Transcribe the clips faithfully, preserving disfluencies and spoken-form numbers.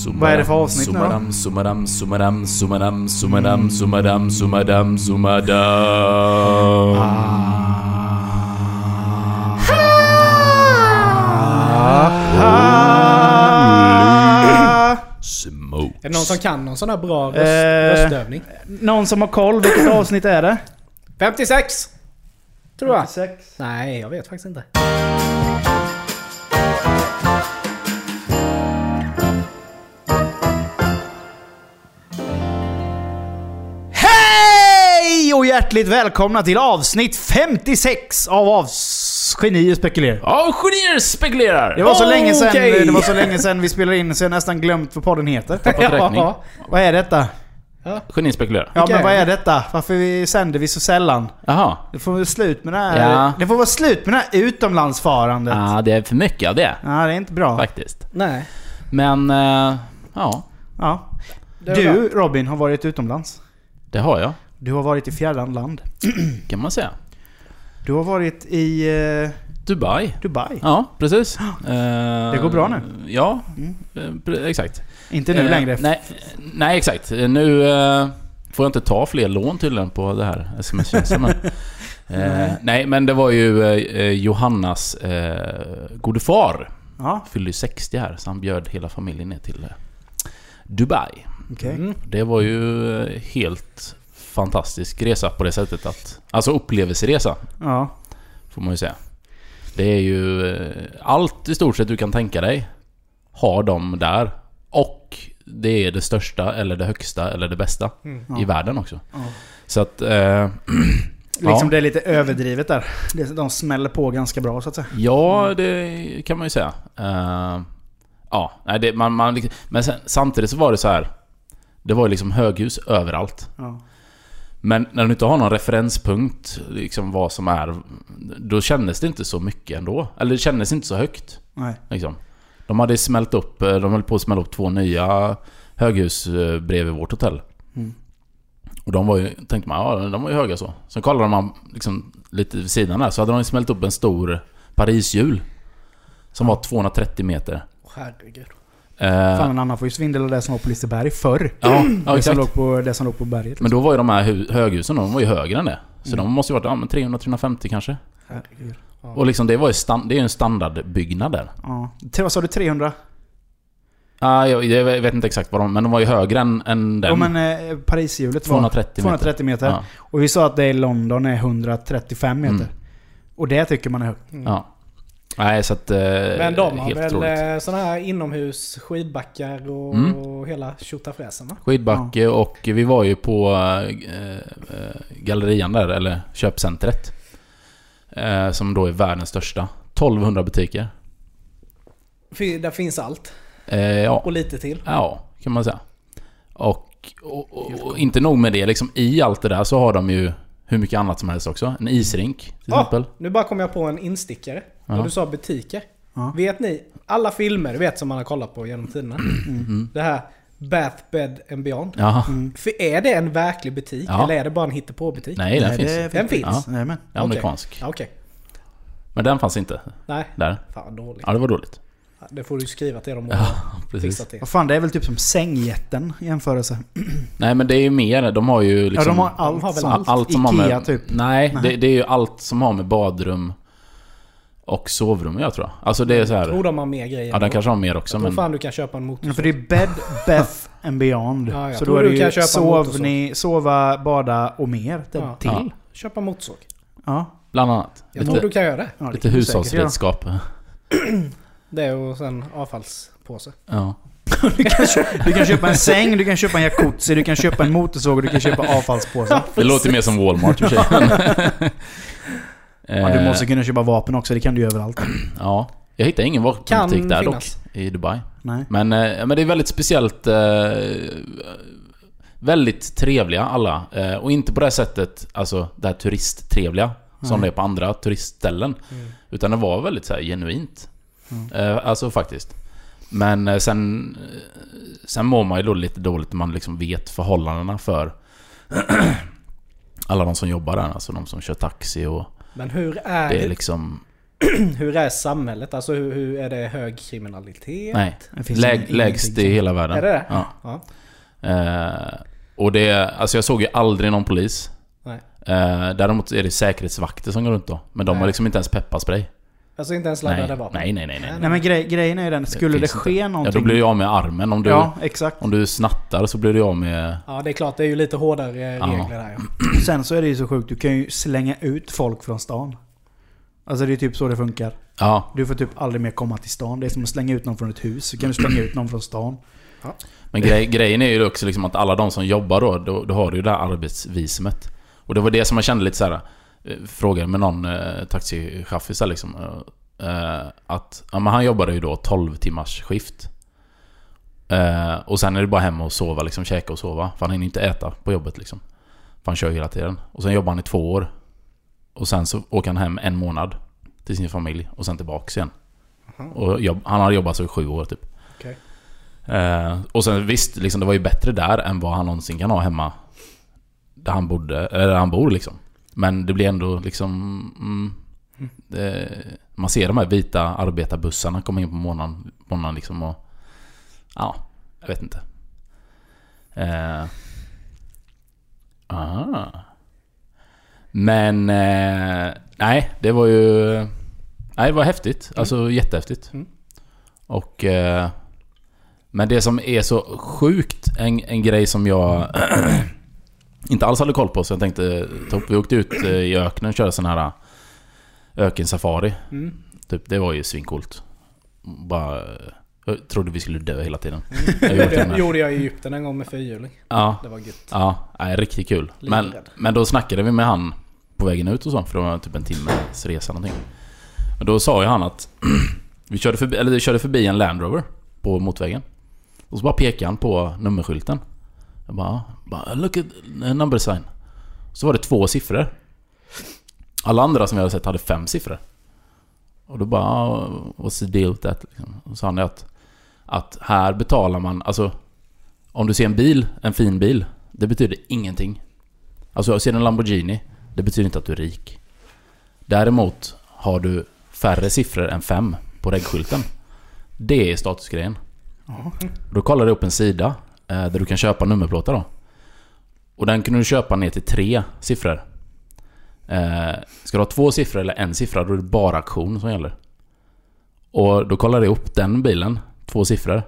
Vad är det för avsnitt nu då? Sumadam, sumadam, sumadam, sumadam, sumadam, sumadam, sumadam, sumadam. Smoke. Är det någon som kan någon sån här bra röst, Eh, röstövning? Någon som har koll, vilket avsnitt är det? femtiosex! Tror jag. femtiosex. Nej, jag vet faktiskt inte. Hej och hjärtligt välkomna till avsnitt femtiosex av avs... Genier spekulerar. Ja, genier spekulerar. Det var så Oh, länge sedan, okej. det var så länge sedan vi spelade in så jag nästan glömt vad podden heter. Tappat räkning. Ja. Vad är detta? Genier spekulerar. Ja, Okej. men vad är detta? Varför vi sänder vi så sällan? Jaha. Det får vara slut med det här. Ja. Det får vara slut med det här utomlandsfarandet. Ja, Ja, det är för mycket av det det är inte bra. faktiskt. Nej. Men eh, ja, Ja. Det är bra. Du, Robin, har varit utomlands. det har jag, Du har varit i fjärran land. kan man säga. Du har varit i eh, Dubai. Dubai. Ja, precis. Det går bra nu. Ja, Mm. eh, pre- exakt. Inte nu Eh, längre. Nej, nej, exakt. Nu eh, får jag inte ta fler lån tydligen på det här sms-tjänsten. men, eh, nej, men det var ju eh, Johannas eh, gode far. Ja, Fyllde ju sextio här, så han bjöd hela familjen ner till eh, Dubai. okej. Mm. Det var ju eh, helt fantastisk resa på det sättet att... Alltså upplevelseresa, Ja. får man ju säga. Det är ju eh, allt i stort sett du kan tänka dig har de där. Och det är det största eller det högsta eller det bästa Mm. i världen också. Ja. Så att eh, Liksom ja. det är lite överdrivet där. Det- De smäller på ganska bra så att säga. Ja, det kan man ju säga. Eh, ja, nej, det, man, man, liksom- men sen, samtidigt så var det så här. Det var ju liksom höghus överallt. Ja. Men när du inte har någon referenspunkt liksom vad som är, då kändes det inte så mycket ändå. Eller det kändes inte så högt Nej. liksom. De hade smält upp, de höll på att smälla upp två nya höghus eh, bredvid vårt hotell. Mm. Och de var ju, tänkte man, ja, de var ju höga så. Sen kollade man liksom lite vid sidan där, så hade de smält upp en stor Parishjul som var tvåhundratrettio meter. Åh, herregud. Eh, Fan, en annan får ju svindel av det som var på Liseberg förr. ja, ja, det, som exakt. låg på, det som låg på berget. Men då var ju de här hu- höghusen, de var ju högre än det. Så Mm. de måste ju varit ja, men trehundra till trehundrafemtio kanske. Herregud. Ja. Och liksom det var ju stand, det är ju en standardbyggnad där. Ja. Tre- Vad sa du? trehundra? Ah, jag, jag vet inte exakt vad de, men de var ju högre än, än den. Ja, men eh, Parishjulet var tvåhundratrettio tvåhundratrettio meter. Ja. Och vi sa att det i London är etthundratrettiofem meter. Mm. Och det tycker man är högt. Mm. Ja. Nej, så att eh, Men de har helt väl otroligt. eh, såna här inomhus skidbackar och, Mm. och hela tjotafräsen, va? Skidbacke och vi var ju på eh, eh, gallerian där, eller köpcentret. Eh, som då är världens största. tolvhundra butiker. För där finns allt. Eh, ja. Och lite till. Ja, kan man säga. Och, och, och, och inte nog med det, liksom i allt det där så har de ju hur mycket annat som helst också. En isrink till Ja, exempel. nu bara kom jag på en instickare. Ja. När du sa butiker. Ja. Vet ni, alla filmer, vet som man har kollat på genom tiderna. Mm. Det här Bath, Bed and Beyond. Jaha. Mm. För är det en verklig butik? Ja. Eller är det bara en hittepåbutik? Nej, den Nej, finns. det Den finns? Ja. Nej, men. Det är amerikansk. Ja, okej. Men den fanns inte Nej, där. fan vad dåligt. Ja, det var dåligt. Det får du skriva till dem och Ja, fixa precis. till. Vad fan, det är väl typ som sängjätten i jämförelse. Nej, men det är ju mer. De har ju liksom... ja, de har allt, de har väl som allt. allt som Ikea har med, typ. Nej, Nej. det, det är ju allt som har med badrum och sovrum, jag tror. Alltså det är så Jag tror här. de har mer grejer. Ja, den kanske har mer också, Jag tror men fan du kan köpa en Ja, motorsåg. för det är bed, bath and beyond. Ja, jag så tror då är du det kan ju köpa sov ni, sova, bada och mer till. Ja. till. Ja. Köpa motorsåg. Ja. bland annat Jag tror lite, du kan göra det. Ja, det lite kan du säkert göra. hushållsredskap. Det och sen avfallspåse. Ja. Du kan, köpa, du kan köpa en säng, du kan köpa en jacuzzi, du kan köpa en motorsåg och du kan köpa avfallspåse. Det låter mer som Walmart i och för sig. Ja, du måste kunna köpa vapen också, det kan du ju överallt. Ja, jag hittade ingen Kan vapenbutik där finnas. dock i Dubai. Nej. Men, eh, men det är väldigt speciellt. Eh, väldigt trevliga alla. Eh, och inte på det här sättet, alltså det här turisttrevliga som Nej. det är på andra turistställen. Mm. Utan det var väldigt så här genuint. Mm. Eh, alltså faktiskt. Men eh, sen sen mår man ju då lite dåligt när man liksom vet förhållandena för alla de som jobbar där, alltså de som kör taxi och Men hur är det är det? liksom hur är samhället? Alltså hur, hur är det hög kriminalitet? Nej, Det finns Läg, ingenting lägst i som- hela världen. Är det det? Ja. Ja. Eh, och det, alltså jag såg ju aldrig någon polis. Nej. Eh, däremot är det säkerhetsvakter som går runt då. Men de Nej. har liksom inte ens pepparspray. Alltså inte ens Nej, laddade vapen? nej, nej, nej, nej. Nej men grej, grejen är ju den, skulle det, finns ske inte. någonting... Ja, då blir du av med armen. Om du, Ja, exakt. om du snattar så blir du av med... Ja, det är klart. Det är ju lite hårdare Ja. regler där. Ja. Sen så är det ju så sjukt, du kan ju slänga ut folk från stan. Alltså det är typ så det funkar. Ja, Du får typ aldrig mer komma till stan. Det är som att slänga ut någon från ett hus. Så kan du slänga ut någon från stan. men grej, grejen är ju också liksom att alla de som jobbar då, då, då har du ju det här arbetsvisumet. Och det var det som jag kände lite så här. eh, Frågade med någon eh, taxichaffis där liksom. Eh, att ja, men han jobbade ju då tolv timmars skift. Eh, och sen är det bara hem och sova, liksom käka och sova. För han hinner inte äta på jobbet liksom. För han kör hela tiden. Och sen jobbar han i två år. Och sen så åker han hem en månad till sin familj. Och sen tillbaka igen. Och jobb, han har jobbat så i sju år typ. Okej. Eh, och sen visst, liksom, det var ju bättre där än vad han någonsin kan ha hemma. Där han bodde, eller där han bor liksom. Men det blir ändå liksom... Mm, det, man ser de här vita arbetarbussarna komma in på morgonen, morgonen liksom och... Ja, jag vet inte. Eh, aha. Men... Eh, nej, det var ju... Nej, det var häftigt. Alltså jättehäftigt. Mm. Och... Eh, men det som är så sjukt, en, en grej som jag inte alls hade koll på, så jag tänkte ta upp. Vi åkte ut i öknen och körde sån här ökensafari. Mm. Typ, det var ju svincoolt. Bara, jag trodde vi skulle dö hela tiden. Jag gjorde Det det. gjorde jag i Egypten en gång med fyrhjuling. Ja, Det var gött. ja, nej, riktigt kul. Men, Livrädd. men då snackade vi med han på vägen ut och så, för det var typ en timmes resa någonting. Och då sa ju han att vi körde förbi, eller vi körde förbi en Land Rover på motvägen. Och så bara pekade han på nummerskylten. Jag bara, bara look at the number sign. Så var det två siffror. Alla andra som jag hade sett hade fem siffror. Och då bara, what's the deal with that? Och så sa han att, att här betalar man, alltså om du ser en bil, en fin bil, det betyder ingenting. Alltså ser du en Lamborghini, det betyder inte att du är rik. Däremot har du färre siffror än fem på regskylten. Det är statusgrejen. Då kollade jag upp en sida eh, där du kan köpa nummerplåtar då. Och den kunde du köpa ner till tre siffror. Eh, ska du ha två siffror eller en siffra, då är det bara auktion som gäller. Och då kollade jag upp den bilen, två siffror.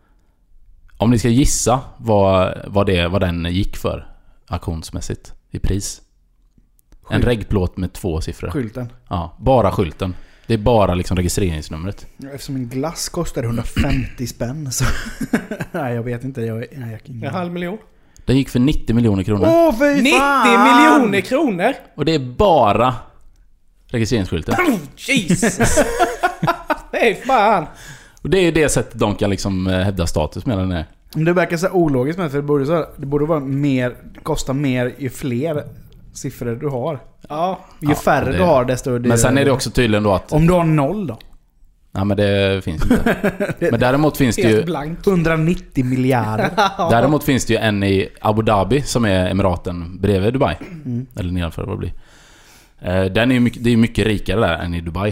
Om ni ska gissa vad, vad, det, vad den gick för auktionsmässigt i pris. En regplåt med två siffror. Skylten. Ja, bara skylten. Det är bara liksom registreringsnumret. Eftersom en glass kostar hundrafemtio spänn så... Nej, jag vet inte. Jag, nej, jag kan... En halv miljon. Den gick för nittio miljoner kronor. Åh, fy nittio fan! miljoner kronor! Och det är bara registreringsskylten. Oh, Jesus! Hej fan! Och det är ju det sättet de kan liksom eh, hävda status med den här. Men det verkar så ologiskt med, för det borde, så, det borde vara mer, kosta mer ju fler siffror du har. Ja. Ju Ja, färre det- du har, desto dyrare. Men sen är det också tydligen då att... Om du har noll då? Nej, men det finns inte. Men däremot finns det Helt ju... blank. hundranittio miljarder. Däremot finns det ju en i Abu Dhabi som är emiraten bredvid Dubai. Mm. Eller nedanför vad det blir. Eh, Den är ju mycket, det är mycket rikare där än i Dubai.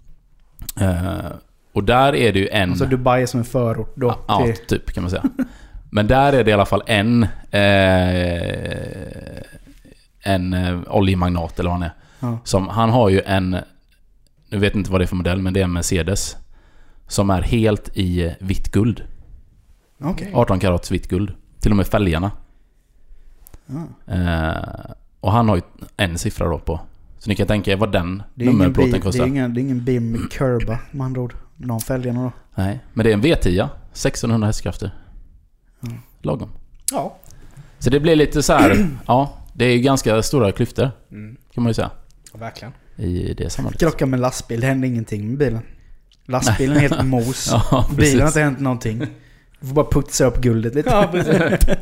Eh, Och där är det ju en... Alltså Dubai är som en förort då. Ja, till... typ kan man säga. Men där är det i alla fall en eh, en eh, oljemagnat eller vad han är. Ja. Som, han har ju en, nu vet inte vad det är för modell, men det är en Mercedes som är helt i vitt guld. Okej. arton karats vitt guld. Till och med fälgarna. Ja. Eh, och han har ju en siffra då på. Så ni kan tänka er vad den Det är ingen nummerplåten bil, det kostar. är ingen, det är ingen bil med kurba, med andra ord. Någon fälgarna då. Nej, men det är en V tio. sextonhundra hästkrafter. Mm. Lagom. Ja. Så det blir lite så här. Ja, det är ju ganska stora klyftor. Mm. Kan man ju säga. Verkligen. I det sammanhanget. Krocka med lastbil, det hände ingenting med bilen. Lastbilen är helt mos. Ja, Bilen har precis. inte hänt någonting. Du får bara putsa upp guldet lite. Ja, precis.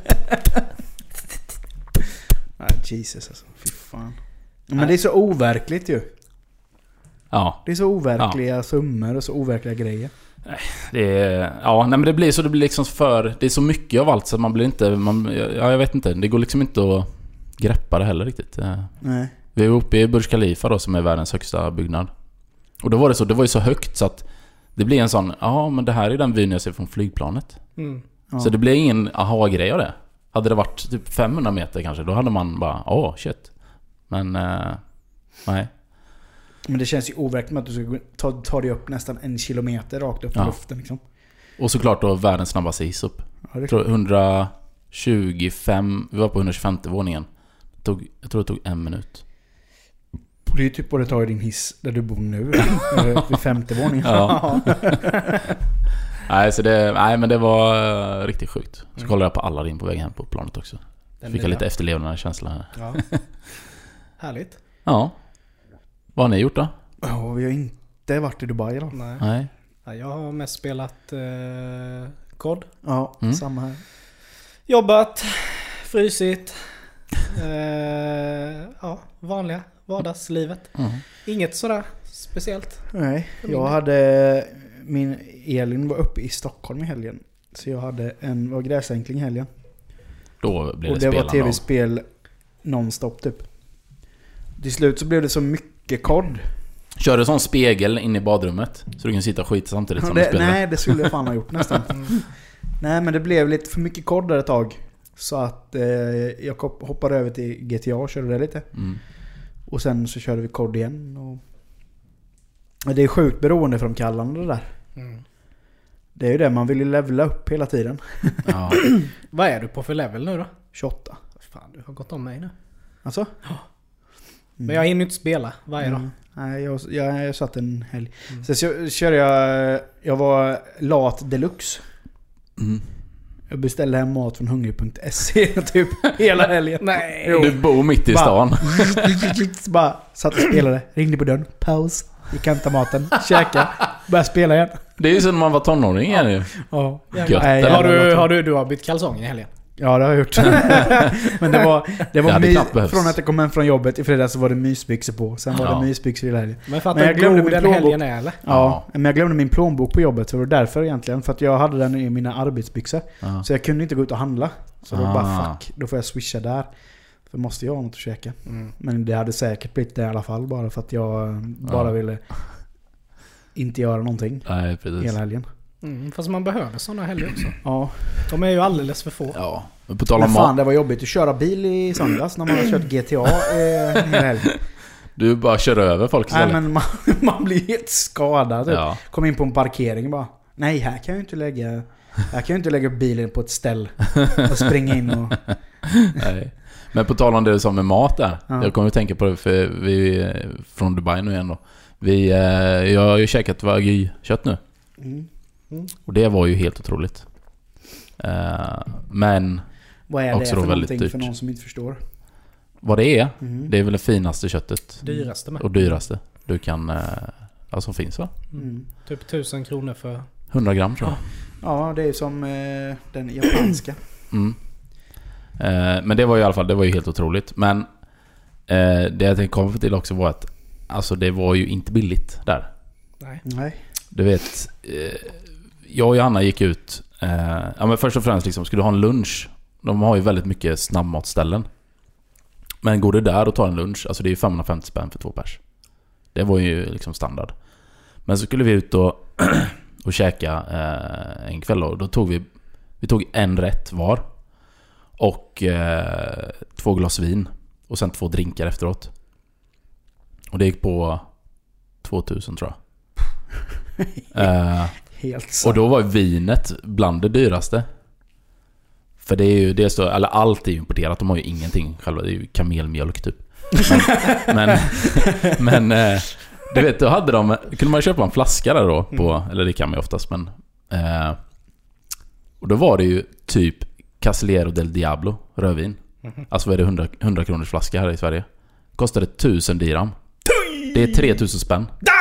Nej, Jesus alltså. Fy fan. Men det är så overkligt ju. Ja, Det är så overkliga summor och så overkliga grejer. det är, ja, nej men det blir så det blir liksom för det är så mycket av allt så att man blir inte man, ja, jag vet inte, det går liksom inte att greppa det heller riktigt. Nej. Vi är uppe i Burj Khalifa då, som är världens högsta byggnad. Och då var det så, det var ju så högt så att det blev en sån, ja men det här är den vyn jag ser från flygplanet. Mm. Ja. Så det blev ingen aha-grej av det. Hade det varit typ femhundra meter kanske, då hade man bara, åh shit. Men, eh, nej. Men det känns ju overkligt med att du ska gå- ta, ta dig upp nästan en kilometer rakt upp i Ja. luften liksom. Och såklart då världens snabbaste hiss upp. Ja, det är Jag tror hundratjugofem, vi var på hundratjugofemte våningen. Det tog, jag tror det tog en minut. Det är ju typ vad det tar i din hiss där du bor nu. Eller vid femte våningen. Ja. nej, så det, nej, men det var uh, riktigt sjukt. Så Mm. kollade jag på Aladdin på vägen hem på planet också. Den Fick jag nya. lite efterlevnadskänsla här. Ja. Härligt. Ja. Vad har ni gjort då? Ja, vi har inte varit i Dubai då. Nej. Nej. Ja, jag har mest spelat eh, kod. Ja, Mm. samma här. Jobbat, frysit. Eh, ja, vanliga vardagslivet. Mm. Inget sådär speciellt. Nej, För min jag del. hade... Min Elin var uppe i Stockholm i helgen. Så jag hade en var gräsänkling i helgen. Då blev Och det det var spelande. tv-spel nonstop typ. Till slut så blev det så mycket kod. Kör du sån spegel in i badrummet så du kan sitta och skita samtidigt som du Det, spelar? nej, det skulle jag fan ha gjort nästan. Nej, men det blev lite för mycket kod där ett tag. Så att eh, jag kop- hoppade över till G T A och körde det lite. Mm. Och sen så körde vi kod igen. Och... Men det är sjukt beroendeframkallande det där. Mm. Det är ju det, man vill ju levela upp hela tiden. Ja. Vad är du på för level nu då? tjugoåtta. Fan, du har gått om mig nu. Alltså? Men jag hinner inte spela varje dag. Mm. Nej, jag, jag, jag satt en helg. Mm. Sen så körde jag... Jag var lat deluxe. Mm. Jag beställde hem mat från hungrig punkt se typ hela helgen. Nej. Jo. Du bor mitt i Bara- stan. Så bara satt och spelade. Ringde på dörren. Paus. Gick hämta maten. Käka. Började spela igen. Det är ju som när man var tonåring igen ju. Ja. Gött, Nej, eller? Har du, jävlar, har du, du har bytt kalsonger i helgen? Ja, det har jag gjort. Men det var, det Det var hade my- knappt behövts. från att jag kom hem från jobbet i fredags så var det mysbyxor på. Sen var Ja. det mysbyxor hela helgen. Men för att Men jag du glömde god min den plånbok. helgen är eller? Ja, men jag glömde min plånbok på jobbet. Så det var därför egentligen. För att jag hade den i mina arbetsbyxor. Ja. Så jag kunde inte gå ut och handla. Så då Ah. bara fuck, då får jag swisha där. För måste jag ha något att käka. Mm. Men det hade säkert blivit det i alla fall. Bara för att jag eh, bara Ja. ville inte göra någonting Nej, precis. hela helgen. Mm, fast man behöver sådana helger också. Ja. De är ju alldeles för få. Ja. Men på tal Men om fan, mat. det var jobbigt att köra bil i söndags när man har kört G T A eh, hela helgen. Du bara kör över folk Nej, istället. men man, man blir helt skadad. Typ. Ja. Kom in på en parkering bara. Nej, här kan jag ju inte lägga... Här kan jag inte lägga upp bilen på ett ställ och springa in och... Nej. Men på tal om det som med mat där. Ja. Jag kommer att tänka på det för vi är från Dubai nu igen då. Vi, eh, jag har ju käkat wagyu-kött nu. Mm. Och det var ju helt otroligt. Eh, men Vad är Också det då för väldigt någonting dyrt. för någon som inte förstår? vad det är, Mm. det är väl det finaste köttet. Dyraste med. Och dyraste du kan, eh, ja, som finns va? Mm. Typ tusen kronor för... hundra gram tror jag. Ja, det är som eh, den japanska. Mm. Eh, men det var ju i alla fall, det var ju helt otroligt. Men eh, det jag tänkte komma till också var att alltså det var ju inte billigt där. Nej. Nej. Du vet, eh, jag och Johanna gick ut. Eh, ja, men först och främst liksom, skulle du ha en lunch? De har ju väldigt mycket snabbmatställen. Men går du där och tar en lunch, alltså det är ju femhundrafemtio spänn för två pers. Det var ju liksom standard. Men så skulle vi ut och, och käka eh, en kväll och då tog vi vi tog en rätt var och eh, två glas vin och sen två drinkar efteråt. Och det gick på tvåtusen tror jag. eh, Helt sant. och då var vinet bland det dyraste. För det är ju det står, eller allt är ju importerat, de har ju ingenting själva, det är ju kamelmjölk typ. Men men, men eh, du vet, då hade de, kunde man köpa en flaska där då på, Mm. eller det kan man ju oftast, men eh, och då var det ju typ Casillero del Diablo rödvin. Mhm. Alltså vad är det, hundra, hundra kronors flaska här i Sverige. Kostade tusen dirham. Det är tre tusen spänn.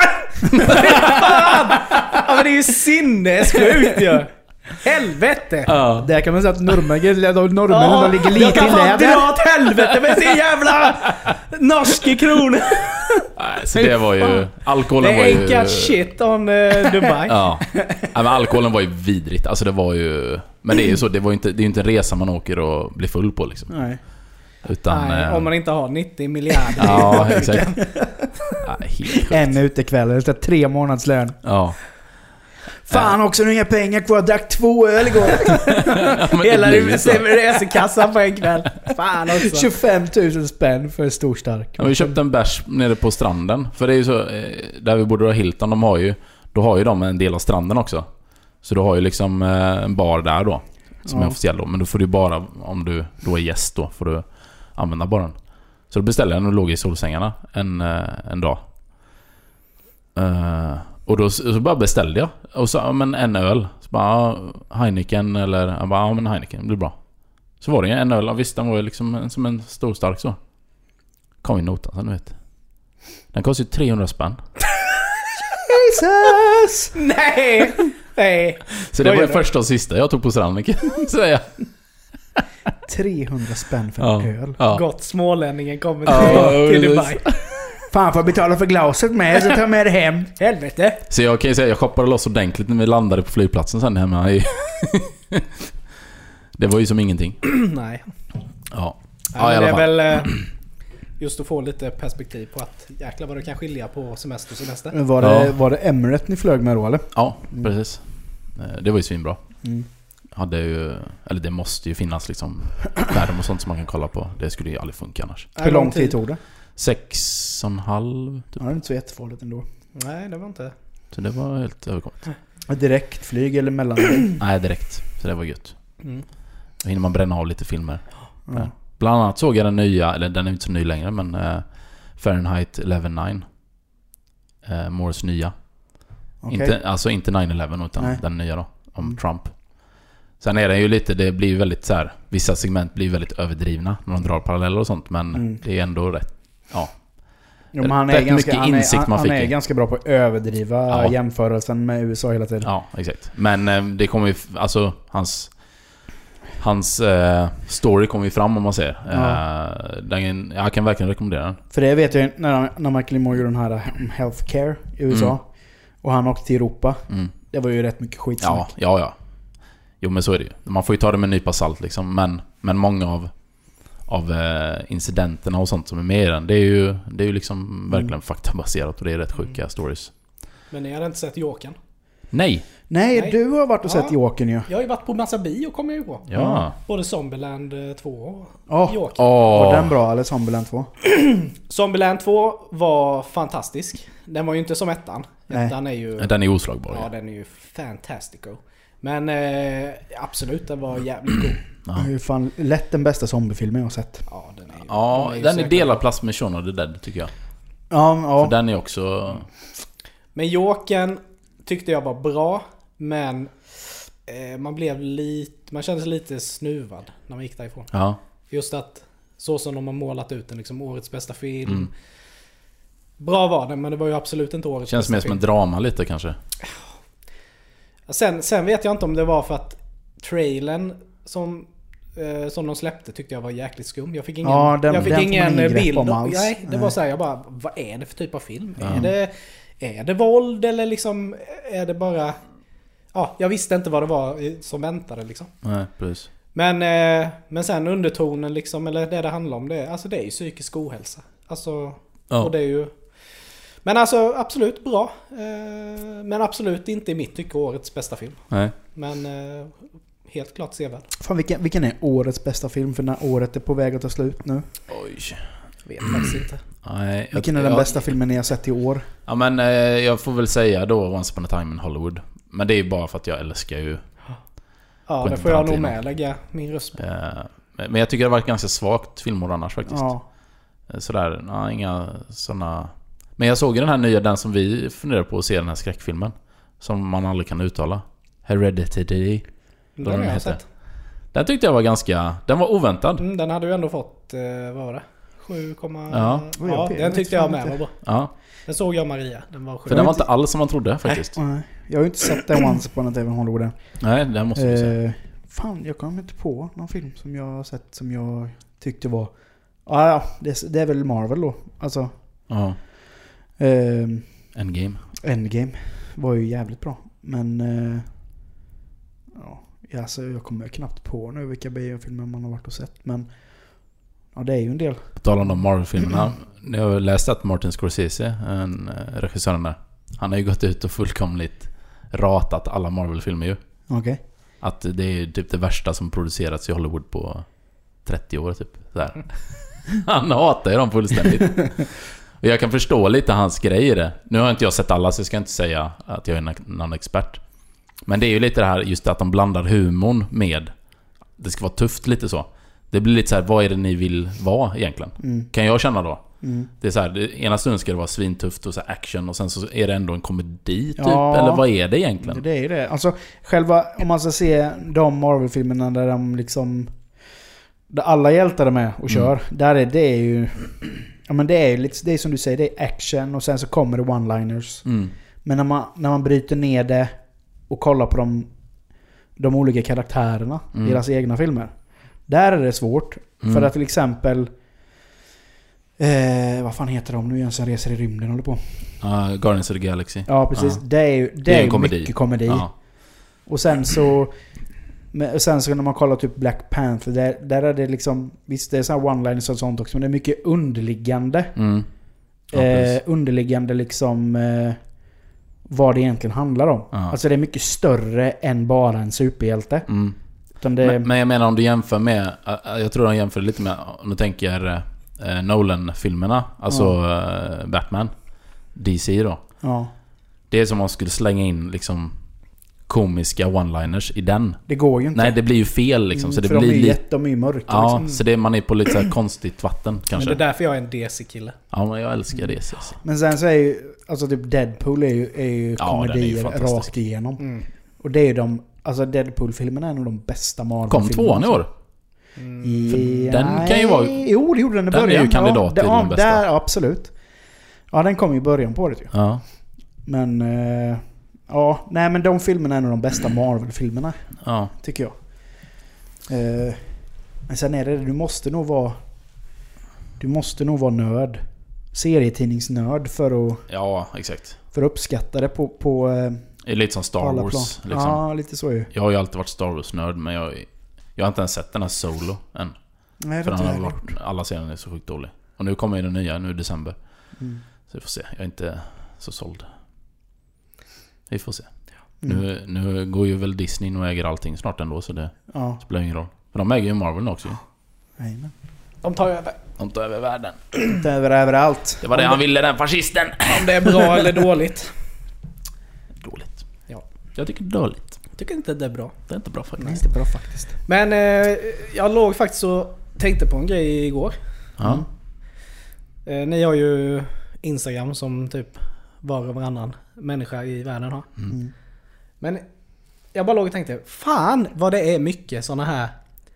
Ja men det är ju sinnessjukt ju! Helvete! Ja. Där kan man säga att norrmännen, de, norrmännen Ja, de ligger jag lite kan i fan läder. dra åt helvete med sin jävla norske kronor! Nej, så det var ju, alkoholen Det var är ju enka shit on uh, Dubai. Ja. Nej, men alkoholen var ju vidrigt. Alltså det var ju, men det är ju så, det var ju inte, det är ju inte en resa man åker och blir full på liksom. Nej. Utan, Nej, eh, om man inte har nittio miljarder. Ja, exakt. Ja, helt sjukt. En utekväll, det är tre månaders lön. Ja. Fan också, nu inga pengar kvar. Jag drack två öl igår. Ja, men det Hela blir ju så. resekassan på en kväll. Fan också. tjugofem tusen spänn för en stor stark. Ja, vi köpte en bärs nere på stranden. För det är ju så, eh, där vi borde ha Hilton, de har ju, då har ju de en del av stranden också. Så du har ju liksom eh, en bar där då, som Ja. är officiell då. Men då får du bara, om du då är gäst då, får du använda baren. Så då beställde jag den och låg i solsängarna en, eh, en dag. Uh, och då så bara beställde jag. Och så, men en öl. Så bara, Heineken eller, jag bara, ja men Heineken, det blir bra. Så var det en öl, och visst den var ju liksom en, som en stor stark så. Kom i notan sen, du vet. Den kostar ju trehundra spänn. Jesus! Nej! Nej. Så det Vad var gör det du? första och sista jag tog på stranden, kan jag säga. trehundra spänn för en Ja. öl. Ja. Gott smålänningen kommer Ja, till, till precis. Dubai. Fan, får jag betala för glaset med så tar jag med det hem. Helvete. Så jag kan ju säga, jag shoppade loss ordentligt när vi landade på flygplatsen sen hemma i... Det var ju som ingenting. Nej. Ja. Ja, Ja, i men alla det är fall. väl eh, just att få lite perspektiv på att jäklar vad det kan skilja på semester och semester. Men var det, Ja. var det Emirates ni flög med då eller? Ja, precis. Eh, Det var ju svinbra. Mm. Hade ju, eller det måste ju finnas liksom värden och sånt som man kan kolla på. Det skulle ju aldrig funka annars. Hur lång tid tog det? Sex och en halv typ. Ja, det är inte så jättefarligt ändå. Nej, det var inte. Så det var helt överkomligt. Direktflyg eller mellan? Nej, direkt. Så det var gött. Mm. Då hinner man bränna av lite filmer. Ja. Bland annat såg jag den nya, eller den är inte så ny längre, men uh, Fahrenheit elva nio. Uh, Moores nya. Okej. Inte, alltså inte nio elva utan Nej. den nya då. Om Mm. Trump. Sen är det ju lite, det blir ju väldigt så här, vissa segment blir väldigt överdrivna när de drar paralleller och sånt, men Mm. det är ändå rätt. Ja. Jo, men han är, Rätt ganska, mycket han, är, insikt han, man han fick är i. ganska bra på att överdriva Ja. jämförelsen med U S A hela tiden. Ja, exakt. Men eh, det kommer ju, alltså hans hans eh, story kommer ju fram om man ser. Ja. Eh, den, jag kan verkligen rekommendera den. För det vet jag när, när Michael Moore gjorde den här om healthcare i U S A. Mm. Och han åkte till Europa. Mm. Det var ju rätt mycket skitsnack. Ja, ja, ja. Jo, men så är det ju. Man får ju ta det med en nypa salt liksom. Men, men många av, av eh, incidenterna och sånt som är med i den, det är ju, det är ju liksom verkligen Mm. faktabaserat och det är rätt sjuka stories. Men ni hade inte sett Jokern? Nej! Nej, Nej. du har varit och Ja. sett Jokern ju. Jag har ju varit på massa bio, kommer jag ju på. Ja. Både Zombieland två och Ja. Jokern. Åh. Var den bra eller Zombieland två? Zombieland två var fantastisk. Den var ju inte som ettan. Nej. Ettan är ju... Den är oslagbar. Ja, den är ju fantastico. Men eh, absolut, den var jävligt god. Ja. Det är ju fan lätt den bästa zombiefilmen jag har sett. Ja, den är ju... Ja, ju den är säkert- delad plats med Shaun of the Dead tycker jag. Ja, ja. För den är också... Men Jokern tyckte jag var bra, men eh, man blev lite... Man kände sig lite snuvad när man gick därifrån. Ja. Just att så som de har målat ut den, liksom årets bästa film. Mm. Bra var den, men det var ju absolut inte årets Känns bästa mer film. som en drama lite kanske. Sen, sen vet jag inte om det var för att trailern som, eh, som de släppte tyckte jag var jäkligt skum. Jag fick ingen, Ja, den- jag fick den får man ingen ingen grepp bild. om alls. Nej, det Nej. var så här, jag bara, vad är det för typ av film? Ja. Är, det, är det våld eller liksom, är det bara... Ja, jag visste inte vad det var som väntade liksom. Nej, precis. Men, eh, men sen undertonen liksom, eller det det handlar om, det, alltså det är ju psykisk ohälsa. Alltså, Ja. och det är ju... Men alltså absolut bra. Eh, men absolut inte i mitt tycke årets bästa film. Nej. Men eh, helt klart sevärd. Fan, vilken, vilken är årets bästa film? För när året är på väg att ta slut nu. Oj. Vet faktiskt inte. Nej, Vilken jag, är den jag, bästa filmen ni har sett i år? Ja, men eh, jag får väl säga då Once upon a time in Hollywood. Men det är ju bara för att jag älskar ju... Ja, Quentin det får jag nog Tarantino. med lägga min röst på. Eh, men jag tycker det har varit ganska svagt filmår annars faktiskt. Ja. Eh, Sådär, nej, inga såna... Men jag såg ju den här nya, den som vi funderar på att se, den här skräckfilmen. Som man aldrig kan uttala. Hereditary. Den har jag heter. sett. Den tyckte jag var ganska... Den var oväntad. Mm, den hade ju ändå fått, eh, vad var det? sju, Ja. ja, jag vet den tyckte jag fan med inte. var bra. Ja. Den såg jag Maria. Den var sju. För den var inte alls som man trodde faktiskt. Nej, jag har ju inte sett den Once upon a time in Hollywood än. Nej, den måste vi se. Eh, fan, jag kommer inte på någon film som jag har sett som jag tyckte var... Ah, ja, det, det är väl Marvel då. Alltså, Ja. eh, Endgame. Endgame var ju jävligt bra. Men... Eh, ja, alltså, jag kommer knappt på nu vilka biofilmer man har varit och sett. Men Ja, det är ju en del. På tal om de Marvel-filmerna. Jag har läst att Martin Scorsese, en regissören där, han har ju gått ut och fullkomligt ratat alla Marvel-filmer ju. Okej. Okay. Att det är typ det värsta som producerats i Hollywood på trettio år typ. Så här. Han hatar ju dem fullständigt. Och jag kan förstå lite hans grej i det. Nu har inte jag sett alla så jag ska inte säga att jag är någon expert. Men det är ju lite det här just att de blandar humorn med det ska vara tufft lite så. Det blir lite så här, vad är det ni vill vara egentligen? Mm. Kan jag känna då? Mm. Det är så här, det, ena stunden ska det vara svintufft och så action och sen så är det ändå en komedi typ, ja, eller vad är det egentligen? Det är ju det. Alltså själva, om man ska se de Marvel-filmerna där de liksom där alla hjältar är med och kör, mm. där är det är ju ja men det är ju lite, det är som du säger, det är action och sen så kommer det one-liners. Mm. Men när man, när man bryter ner det och kollar på de, de olika karaktärerna mm. i deras egna filmer, där är det svårt. Mm. För att till exempel eh, vad fan heter de nu igen som reser i rymden håller på? Uh, Guardians of the Galaxy. Ja, precis. Uh. Det är ju, det det är är komedi. mycket komedi. Uh. Och sen så men sen så när man kollar typ Black Panther, där, där är det liksom, visst det är så här one-liners och sånt också, men det är mycket underliggande. Mm. Ja, eh, underliggande liksom eh, vad det egentligen handlar om. Ja. Alltså det är mycket större än bara en superhjälte. Mm. Det... Men, men jag menar om du jämför med, jag tror de jämför lite med, om du tänker eh, Nolan-filmerna, alltså ja. eh, Batman, D C då. Ja. Det är som om man skulle slänga in liksom komiska one-liners i den. Det går ju inte. Nej, det blir ju fel liksom. Så det för blir de är lite... jätte, de är ju mörka. Ja, liksom. så det, man är på lite så här konstigt vatten kanske. Men det är därför jag är en D C-kille. Ja, men jag älskar D C. Alltså. Men sen så är ju, alltså typ Deadpool är ju, är ju ja, komedier rakt igenom. Mm. Och det är ju de, alltså Deadpool-filmerna är nog de bästa Marvel-filmerna. Kom tvåan i år? Mm. I, den nej, kan ju vara... Jo, det gjorde den i början. Den är ju kandidat ja, till ja, den bästa. Där, absolut. Ja, den kom ju i början på det ju. Ja. Men... Eh, ja, nej men de filmerna är nog de bästa Marvel-filmerna. Ja. Tycker jag. Eh, men sen är det, du måste nog vara... Du måste nog vara nörd. Serietidningsnörd för att... Ja, exakt. För att uppskatta det på... på det är lite som Star Wars. Liksom. Ja, lite så ju. Jag har ju alltid varit Star Wars-nörd, men jag, jag har inte ens sett den här Solo än. Nej, för den har varit, alla serien är så sjukt dålig. Och nu kommer ju den nya, nu i december. Mm. Så vi får se. Jag är inte så såld. Vi får se. Mm. Nu, nu går ju väl Disney och äger allting snart ändå, så det ja. spelar ingen roll. För de äger ju Marvel också. Nej, men. De tar över. De tar över världen. De tar över överallt. Det var det om han det, ville, den fascisten. Om det är bra eller dåligt. Dåligt. Ja. Jag tycker det är dåligt. Jag tycker inte det är bra. Det är inte bra faktiskt. Nej, det är bra faktiskt. Men eh, jag låg faktiskt och tänkte på en grej igår. Ja. Mm. Eh, ni har ju Instagram som typ var och varannan människa i världen har. Mm. Men jag bara låg och tänkte, fan vad det är mycket såna här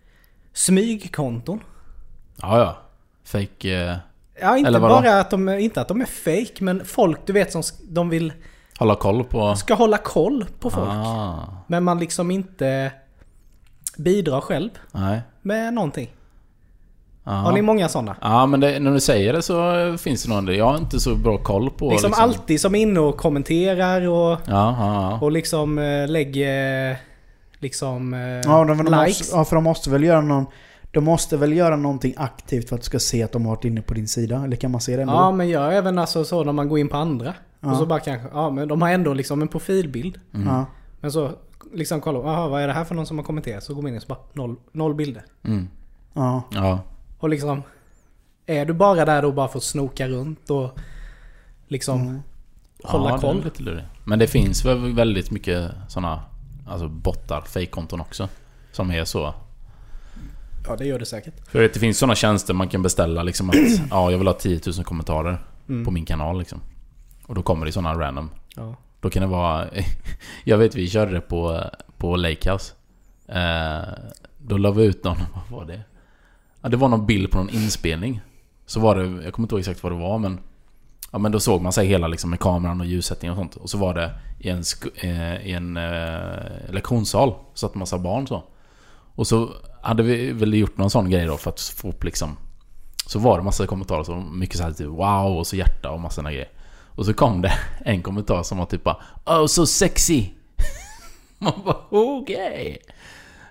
smygkonton. Ja, ja. Fake... Eh, ja, inte bara att de, inte att de är fake, men folk, du vet, som de vill... Hålla koll på... Ska hålla koll på folk. Ah. Men man liksom inte bidrar själv. Nej. Med någonting. Aha. Har ni många sådana? Ja, men det, när du säger det så finns det någon där. Jag har inte så bra koll på... Liksom, liksom... alltid som inne och kommenterar och... Ja, ja, ja. Och liksom äh, lägger... Liksom... Äh, ja, de, de likes. Måste, ja, för de måste väl göra någon... De måste väl göra någonting aktivt för att du ska se att de har varit inne på din sida. Eller kan man se det ändå? Ja, men jag även alltså så när man går in på andra. Ja. Och så bara kanske... Ja, men de har ändå liksom en profilbild. Mm. Ja. Men så liksom kolla... Aha, vad är det här för någon som har kommenterat? Så går man in och så bara noll, noll bilder. Mm. Ja. Ja. Och liksom... Är du bara där då bara för att snoka runt och liksom mm. hålla ja, koll? Det är lite lurigt. Men det finns väl väldigt mycket såna alltså bottar, fake-konton också som är så. Ja, det gör det säkert. För det finns såna tjänster man kan beställa liksom att ja, jag vill ha tio tusen kommentarer mm. på min kanal liksom. Och då kommer det såna random. Ja. Då kan det vara jag vet vi körde det på på Lakehouse. Eh, då la vi ut någon, vad var det? Ja, det var någon bild på någon inspelning. Så var det, jag kommer inte ihåg exakt vad det var, men ja, men då såg man sig hela liksom med kameran och ljussättning och sånt. Och så var det i en, eh, i en eh, lektionssal så att massa barn så. Och så hade vi väl gjort någon sån grej då för att få upp liksom. Så var det massa kommentarer så mycket så här typ wow och så hjärta och massa såna grejer. Och så kom det en kommentar som var typ bara oh so sexy. Man bara okej. Okay.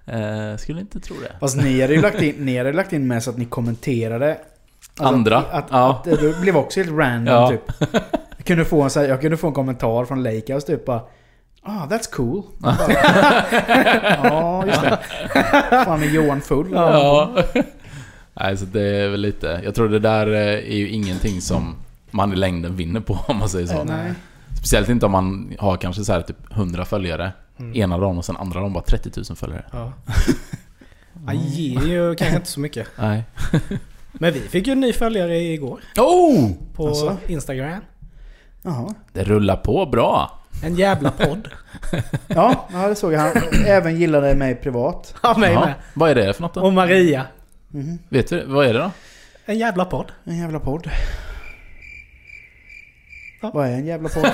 Eh, skulle inte tro det. Fast ni hade ju lagt in, ni hade lagt in med så att ni kommenterade alltså Andra. Att, att, ja. att det blev också helt random Ja. typ. Jag kunde, få en, så här, jag kunde få en kommentar från Lakehouse typ bara ah, that's cool. Bara, ja, just det. Fan, är Johan full? Ja. Nej, så det är väl lite... Jag tror det där är ju ingenting som man i längden vinner på, om man säger så. Nej. Speciellt inte om man har kanske så här typ hundra följare mm. ena dagen och sen andra dagen bara trettio tusen följare. Ja. Jag ger ju kanske inte så mycket. Nej. Men vi fick ju en ny följare igår. Oh! På alltså. Instagram. Jaha. Det rullar på bra. En jävla podd. Ja, ja, det såg jag. Han även gillade mig privat. Ja, mig Ja. med. Vad är det för något då? Och Maria. Mm-hmm. Vet du, vad är det då? En jävla podd. En jävla podd. Ja. Vad är en jävla podd?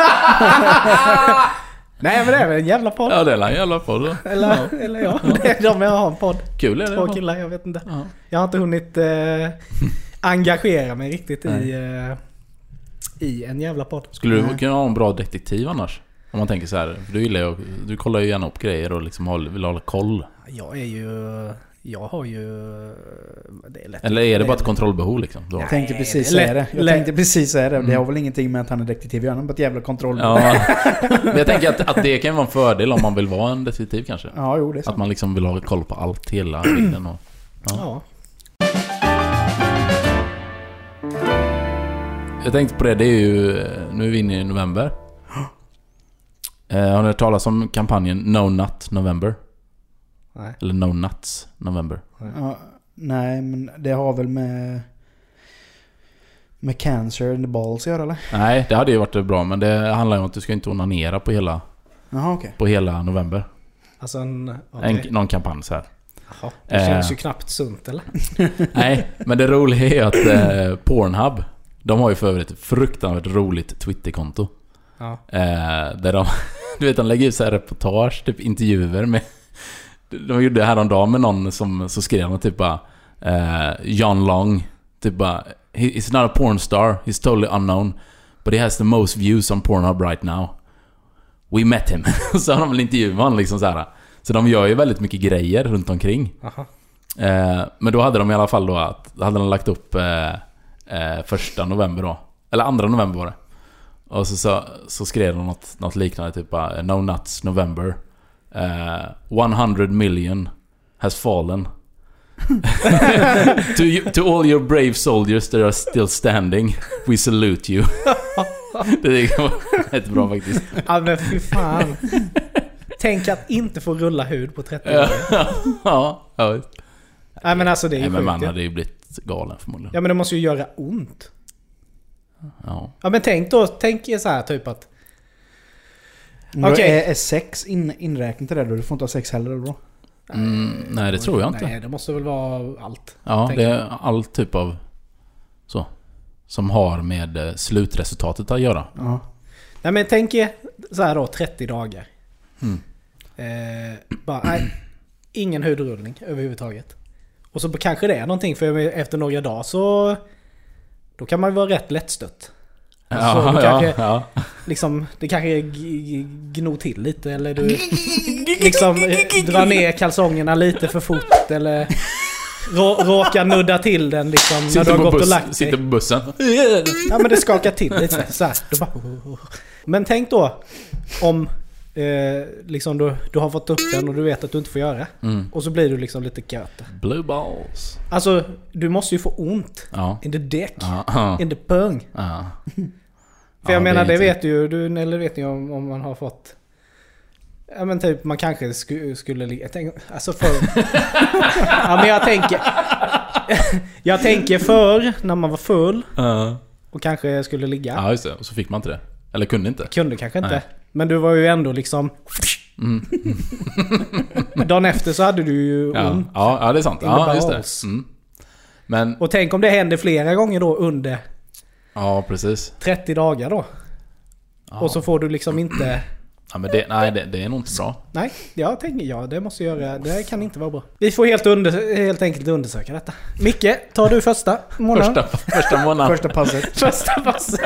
Nej, men det är väl en jävla podd. Ja, det är en jävla podd. Eller, ja. eller ja, det är de jag har en podd. Kul är det. Två killar, jag vet inte. Ja. Jag har inte hunnit eh, engagera mig riktigt i, eh, i en jävla podd. Skulle du Nej. kunna ha en bra detektiv annars? Om man tänker så här, för du gillar ju, du kollar ju gärna upp grejer och liksom håll, vill hålla koll. Jag är ju... Jag har ju... Det är lätt. Eller är det bara ett kontrollbehov liksom? Då? Jag tänkte precis det är säga det. lätt- Jag lätt. tänkte precis säga det. Det Mm. har väl ingenting med att han är detektiv. Jag har bara ett jävla kontroll. Ja. Men jag tänker att, att det kan vara en fördel om man vill vara en detektiv kanske. Ja, jo, det är Att sant. man liksom vill ha koll på allt, hela bilden och... Ja. Ja. Jag tänkte på det, det är ju... Nu är vi inne i november. Eh, har ni hört talas om kampanjen No Nut November? Nej. Eller No Nuts November? Ja, nej, men det har väl med... Med cancer in the balls att göra, eller? Nej, det hade ju varit bra, men det handlar ju om att du ska inte onanera på hela, Jaha, okej. på hela november. Alltså en... Okay. En, någon kampanj så här. Jaha, det känns Eh. ju knappt sunt, eller? Nej, men det roliga är ju att eh, Pornhub, de har ju för övrigt ett fruktansvärt roligt Twitterkonto. Ja. Eh, där de, du vet, de lägger ut så här reportage, typ intervjuer med... De gjorde det här en dag med någon som så skrev de typ bara eh, John Long, typ bara he, he's not a porn star, he's totally unknown, but he has the most views on Pornhub right now. We met him. Så har de väl intervjuat honom liksom så här. Så de gör ju väldigt mycket grejer runt omkring. Aha. Eh, men då hade de i alla fall då att hade de lagt upp eh, eh, första november då, eller andra november var det. Och så, så, så skrev de något, något liknande typ bara, No Nuts November. Uh, hundred million has fallen. to, you, to all your brave soldiers that are still standing, we salute you. Det är rätt bra faktiskt. Ja, men fy fan. Tänk att inte få rulla hud på trettio år. Ja, ja, visst. Nej, men alltså det är ju Nej, men sjukt, man ja. hade ju blivit galen förmodligen. Ja, men det måste ju göra ont. Ja. Ja, men tänk då, tänk er så här typ att... Okej. Okej. Är, är sex in, inräknat i det då? Du får inte ha sex heller då? Mm, nej, det tror jag inte. Nej, det måste väl vara allt. Ja, tänker det är all typ av så som har med eh, slutresultatet att göra. Ja. Nej, men tänk er så här då, trettio dagar. Mm. Eh, bara, nej, ingen hudrullning överhuvudtaget. Och så kanske det är någonting, för efter några dagar så... Då kan man ju vara rätt lättstött. Alltså, Ja, du ja, kanske, ja. liksom, det kanske g- gnor till lite, eller du liksom drar ner kalsongerna lite för fort, eller rå, råkar nudda till den liksom när du har på gått buss, och lagt dig. sitter på bussen. Ja, men det skakar till lite så här. Du bara... Men tänk då om eh, liksom du, du har fått upp den och du vet att du inte får göra. Mm. Och så blir du liksom lite köte. Blue balls. Alltså, du måste ju få ont. Ja. In the dick. Ja. In the pung. Ja. För jag Ja, menar, det är det inte- vet ju du, eller vet ni om, om man har fått... Ja, men typ man kanske sku, skulle ligga... Tänk, alltså för... Ja, men jag tänker... Jag tänker för när man var full Ja. och kanske skulle ligga. Ja, just det. Och så fick man inte det. Eller kunde inte. Kunde kanske inte. Nej. Men du var ju ändå liksom... Mm. Dagen efter så hade du ju Ja. ont. Ja, ja, det är sant. In the Ja, just balls. det. Mm. Men, Och tänk om det händer flera gånger då under ja, precis. trettio dagar då. Ja. Och så får du liksom inte... Ja, men det, nej, det, det är nog inte bra. Nej, jag tänker, ja, det måste göra. Det kan inte vara bra. Vi får helt, under, helt enkelt undersöka detta. Micke, tar du första månaden? Första, första månaden. Första passet. Första passet.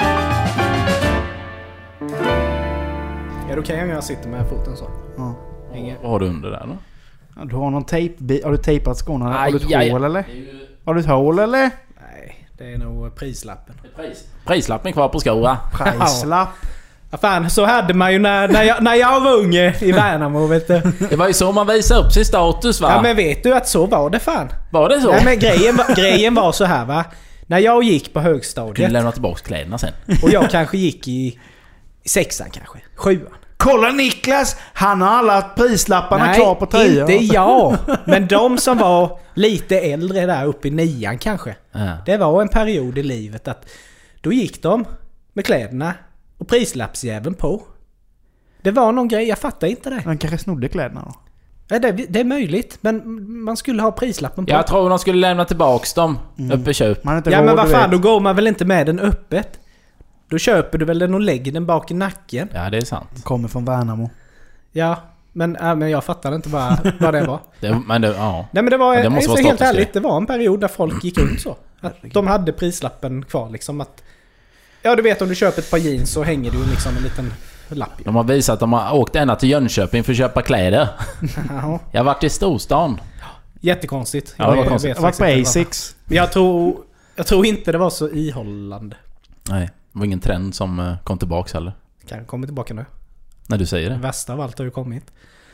Är det okej om jag sitter med foten så? Ja. Ingen. Vad har du under där då? Ja, du har någon tejp. Har du tejpat skorna? Har du ett Aj, hål aj. eller? Ju... Har du ett hål eller? Nej, det är nog prislappen. Pris. Prislappen kvar på skora. Prislapp. Ja, fan, så hade man ju när, när, jag, när jag var unge i Värnamo, vet du. Det var ju så man visade upp sin status, va? Ja, men vet du att så var det fan. Var det så? Nej, men grejen, var- grejen var så här, va. När jag gick på Kunde högstadiet lämna tillbaka kläderna sen. och jag kanske gick i, i sexan kanske, sjuan. Kolla Niklas! Han har alla prislapparna Nej, kvar på tröjan. inte jag. Men de som var lite äldre där uppe i nian kanske. Ja. Det var en period i livet att då gick de med kläderna och prislappsjäveln på. Det var någon grej, jag fattar inte det. Han kanske snodde kläderna då. Ja, det, det är möjligt, men man skulle ha prislappen på. Jag tror de skulle lämna tillbaks dem. Mm. Uppe i köp. Man har inte Ja, råd, men vad du fan, då vet. går man väl inte med den öppet? Då köper du väl den och lägger den bak i nacken? Ja, det är sant. Kommer från Värnamo. Ja, men, äh, men jag fattar inte vad, vad det var. Det, men det, ja. Nej, men det var, Ja, det måste så vara helt statusgrej. ärligt, det var en period där folk gick runt så. Att de hade prislappen kvar liksom att... Ja, du vet, om du köper ett par jeans så hänger du liksom en liten lapp. De har visat att de har åkt ända till Jönköping för att köpa kläder. Ja, Jag har varit i storstan. jättekonstigt. Ja, det var Jag konstigt. vet Jag har varit på faktiskt inte vad- Asics. Men jag tror, jag tror inte det var så ihållande. Nej, det var ingen trend som eh, kom tillbaks heller. Kan komma tillbaka nu. När du säger Det det. värsta av allt har ju kommit.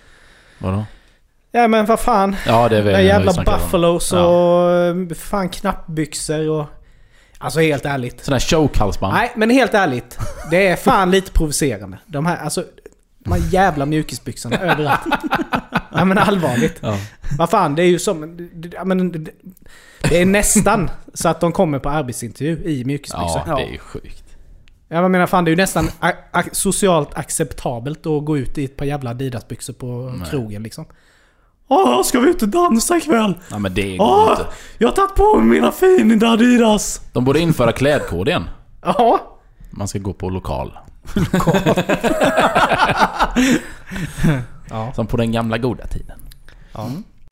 Vadå? Ja, men vad fan. Ja, det är väl... Den jävla vi snackade om. buffalos och Ja. fan knappbyxor och... Alltså helt ärligt. Sådana här chokehalsband. Nej, men helt ärligt. Det är fan lite provocerande. De här, alltså... De här jävla mjukisbyxorna överallt. Ja, men allvarligt. Ja. Vad fan, det är ju som... Ja, men, det, det är nästan så att de kommer på arbetsintervju i mjukisbyxor. Ja, det är ju sjukt. Jag menar fan, det är ju nästan a- a- socialt acceptabelt att gå ut i ett par jävla Adidas-byxor på Nej. krogen liksom. Åh, ska vi ut och dansa ikväll? Ja, men det går Åh, inte. jag har tagit på mig mina fina Adidas. De borde införa klädkod igen. Ja. Man ska gå på lokal. Ja. Som på den gamla goda tiden. Ja.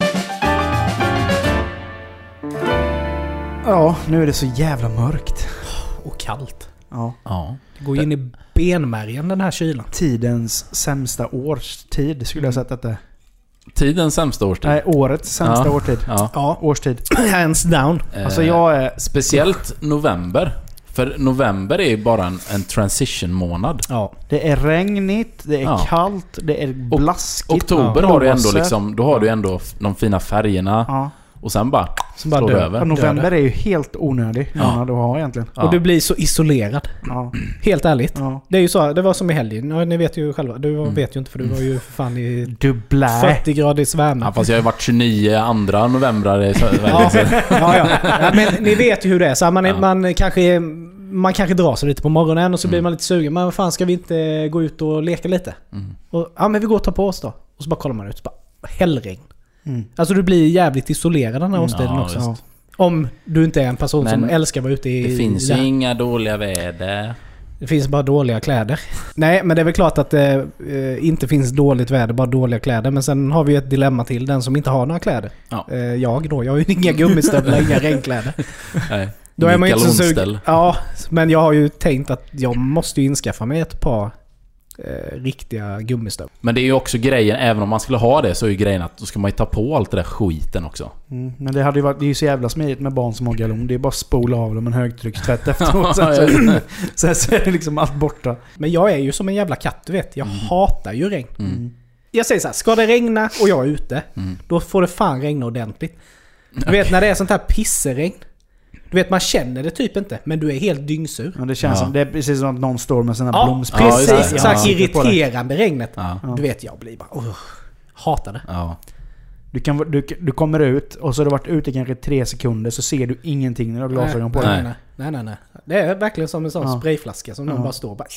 Ja, nu är det så jävla mörkt. Och kallt. Ja. Ja. Det går in i benmärgen den här kylan. Tidens sämsta årstid skulle jag sätta att det. Tidens sämsta årstid. Nej, årets sämsta Ja. årstid. Ja. Ja. Årstid. Hands down. Alltså Eh, jag är... Speciellt november. För november är ju bara en, en transition-månad. Ja. Det är regnigt, det är Ja. kallt, det är blaskigt. Oktober Ja. har du ändå Blåser. liksom... Då har du ändå f- de fina färgerna. Ja. Och sen bara... Som bara slår dör. det över. Ja, november är ju helt onödig Ja. månad att ha egentligen. Ja. Och du blir så isolerad. Ja. Helt ärligt. Ja. Det är ju så, det var som i helgen. Ja, ni vet ju själva. Du Mm. vet ju inte för du var ju för fan i Du blä. fyrtio graders värme. Ja, fast jag har ju varit tjugonio andra novembrar i Sverige. Ja, ja, ja. Ja, men ni vet ju hur det är. Så här, man, är, Ja. man, kanske är, man kanske drar sig lite på morgonen och så blir Mm. man lite sugen. Men vad fan, ska vi inte gå ut och leka lite? Mm. Och, ja, men vi går och tar på oss då. Och så bara kollar man ut. Så bara, hällregn. Mm. Alltså du blir jävligt isolerad den här Mm, årstiden ja, också. visst. Om du inte är en person Men som älskar att vara ute i... Det finns i ju inga dåliga väder. Det finns bara dåliga kläder. Nej, men det är väl klart att det eh, inte finns dåligt väder, bara dåliga kläder. Men sen har vi ju ett dilemma till den som inte har några kläder. Ja. Eh, jag då, jag har ju inga gummistövlar, inga regnkläder. Nej. Då är man ju inte så Mikael sugen. Onställ. Ja, men jag har ju tänkt att jag måste ju inskaffa mig ett par eh, riktiga gummistövlar. Men det är ju också grejen, även om man skulle ha det så är ju grejen att då ska man ju ta på allt det där skiten också. Mm. Men det hade ju varit, det är ju så jävla smidigt med barn som har galon. Det är bara att spola av dem en högtryckstvätt efteråt. Sen, sen, sen så är det liksom allt borta. Men jag är ju som en jävla katt, du vet. Jag hatar ju regn. Mm. Jag säger så här, ska det regna och jag är ute, Mm. då får det fan regna ordentligt. Du vet när det är sånt här pisseregn. Du vet, man känner det typ inte, men du är helt dyngsur. Ja, det känns Ja. som, det är precis som att någon står med sina Ja, blomspel. Ja, just precis. det. Så här Ja. irriterande regnet. Ja. Ja. Du vet, jag blir bara... Uh, hatar det. Ja. Du, kan, du, du kommer ut och så har du varit ute kanske tre sekunder så ser du ingenting när du har glasögon på dig. nej, nej, nej, nej, nej. Det är verkligen som en sån Ja. sprayflaska som någon Ja. bara står och bara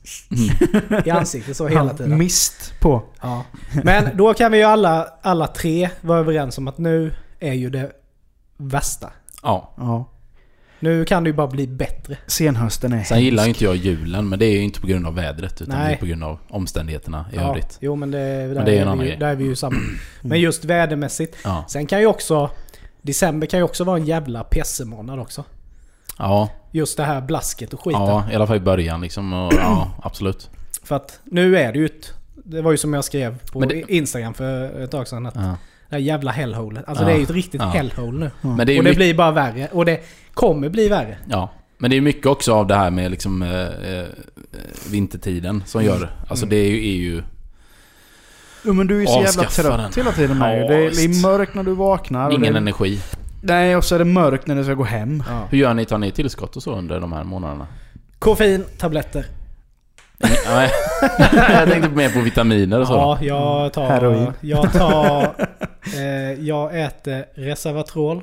Mm. i ansiktet så hela Ja, tiden. mist på. Ja. Men då kan vi ju alla, alla tre vara överens om att nu är ju det värsta. Ja. Ja. Nu kan det ju bara bli bättre. Senhösten är Sen gillar ju inte jag julen, men det är ju inte på grund av vädret utan Nej. det är på grund av omständigheterna i Ja, övrigt. jo, men det, där, Men det är ju en är annan vi, ju- grej. där är vi ju samma. Men just vädermässigt. Ja. Sen kan ju också... December kan ju också vara en jävla pessemånad också. Ja. Just det här blasket och skiten. Ja, i alla fall i början liksom. Och, ja, absolut. För att nu är det ju ett det var ju som jag skrev på det, Instagram för ett tag sedan att ja. det här jävla hellhole. Alltså ja. det är ju ett riktigt ja. hellhole nu. Ja. Men det är och det mycket... blir bara värre. Och det kommer bli värre. Ja. Men det är mycket också av det här med liksom äh, vintertiden som gör. Alltså mm. det är ju... Är ju jo, men du är ju så jävla trött hela tiden med. Ja, det är mörkt när du vaknar. Ingen det... energi. Nej, och så är det mörkt när du ska gå hem. Ja. Hur gör ni? Tar ni tillskott och så under de här månaderna? Koffein, tabletter. Nej, jag tänkte mer på vitaminer och så. Ja, jag tar... Heroin. Jag tar... eh, jag äter Resveratrol.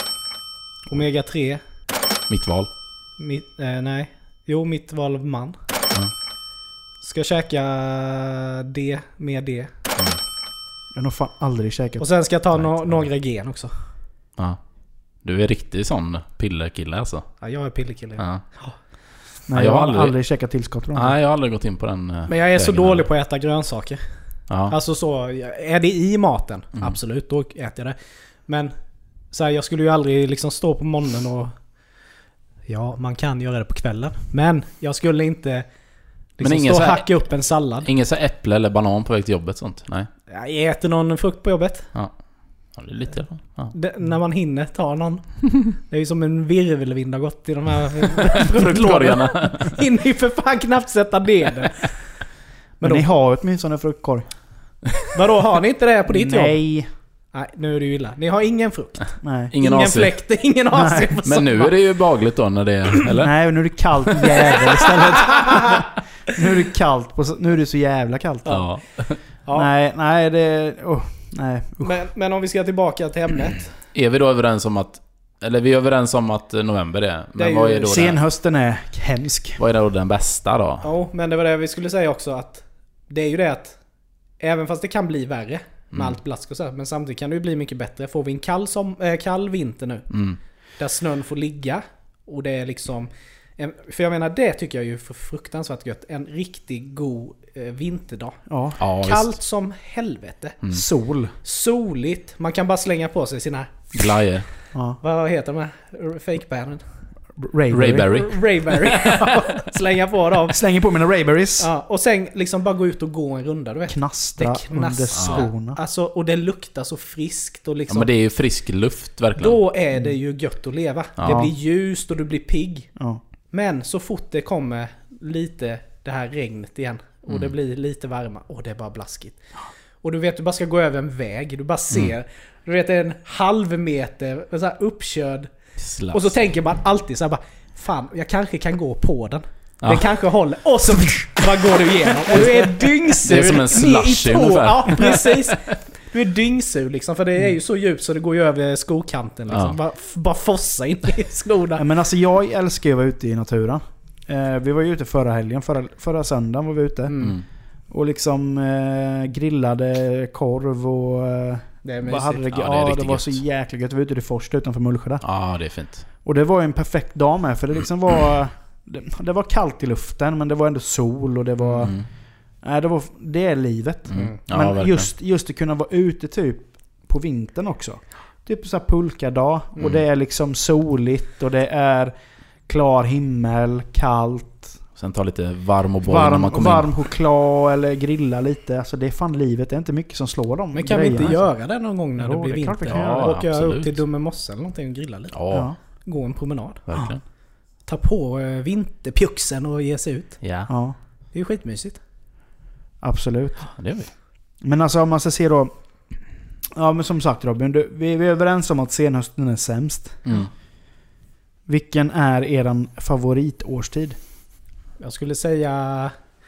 Omega tre. Mitt val. Mitt, eh, nej. Jo, mitt val av man. Mm. Ska käka D med D. Mm. Jag har nog fan aldrig käkat. Och sen ska jag ta no- några gen också. Ja. Du är riktigt sån pillerkille alltså. Ja, jag är pillerkille. Ja. Nej, jag har aldrig, aldrig käkat tillskott. Nej, jag har aldrig gått in på den. Men jag är så dålig på att äta grönsaker. Ja. Alltså så, är det i maten? Mm. Absolut, då äter jag det. Men så här, jag skulle ju aldrig liksom stå på morgonen och... Ja, man kan göra det på kvällen. Men jag skulle inte liksom stå och här, hacka upp en sallad. Ingen så äpple eller banan på väg till jobbet sånt? Nej. Jag äter någon frukt på jobbet. Ja. Ja, det är lite ja. det, när man hinner ta någon. Det är ju som en virvelvind har gått i de här fruktkorgarna. Hinner ju för fan knappt sätta ner det. Men, Men då, ni har åtminstone fruktkorg. Vadå, har ni inte det på ditt jobb? Nej. Nej, nu är det ju illa. Ni har ingen frukt. Nej. Ingen, ingen fläkt, ingen A C. Men nu är det ju bagligt då när det är, eller? Nej, nu är det kallt jävla istället. Nu är det kallt på, nu är det så jävla kallt. Ja. Ja. Nej, nej det oh, nej. Men, men om vi ska tillbaka till ämnet. Är vi då överens om att eller vi är överens om att november är. Men är vad är då senhösten är hemsk. Vad är då den bästa då? Ja, men det var det vi skulle säga också att det är ju det att även fast det kan bli värre med mm. allt blask och så här, men samtidigt kan det ju bli mycket bättre. Får vi en kall, som, äh, kall vinter nu mm. där snön får ligga och det är liksom en, för jag menar det tycker jag ju för fruktansvärt gött. En riktigt god eh, vinterdag. Ja. Ja, kallt visst. som helvete. Mm. Sol. Soligt. Man kan bara slänga på sig sina glajer. Ja. Vad heter de här fake-bären? Rayberry. Rayberry. Rayberry. Slänga på dem. Slänger på mina Rayberries. Ja, och sen liksom bara gå ut och gå en runda, du vet. Knastra det under skorna. Alltså, och det luktar så friskt och liksom. Ja, men det är ju frisk luft verkligen. Då är det ju gött att leva. Ja. Det blir ljust och du blir pigg. Ja. Men så fort det kommer lite det här regnet igen och mm. det blir lite varma och det är bara blaskigt. Och du vet, du bara ska gå över en väg. Du bara ser, mm. du vet, en halv meter så här uppkörd. Slaps. Och så tänker man alltid så här bara, fan, jag kanske kan gå på den. Ja. Den kanske håller. Och så bara går du igenom. Och du är dyngsur. Det är som en slushie ungefär. Ja, precis. Du är dyngsur liksom, för det är ju så djupt så det går ju över skokanten liksom. Ja. Bara, bara fossa in i skorna. Ja, men alltså jag älskar ju att vara ute i naturen. Eh, vi var ju ute förra helgen, förra, förra söndagen var vi ute. Mm. Och liksom eh, grillade korv och... Eh, det är hade det, ja, det, ja, är det var gött. Så jäkla gött. Vi var ute i Forsta utanför Mullsjö där. Ja, det är fint. Och det var en perfekt dag med, för det liksom var... Det, det var kallt i luften, men det var ändå sol och det var... Mm. Nej, det, var, det är livet. Mm. Ja, men verkligen. just, just att kunna vara ute typ på vintern också. Typ så här pulkadag. Mm. Och det är liksom soligt och det är klar himmel, kallt. Sen ta lite varm och boll varm, när man kommer varm in. choklad eller grilla lite. Alltså det är fan livet. Det är inte mycket som slår dem. Men kan grejerna. vi inte göra det någon gång när jo, det blir det vinter? Ja, åka absolut. upp till Dummemosse eller någonting och grilla lite. Ja. Ja. Gå en promenad. Verkligen. Ta på vinterpjuxen och ge sig ut. Ja. Ja. Det är ju skitmysigt. Absolut. Ja, det är vi. Men alltså om man ska se då... Ja, men som sagt Robin, du, vi, vi är överens om att senhösten är sämst. Mm. Vilken är eran favoritårstid? Jag skulle säga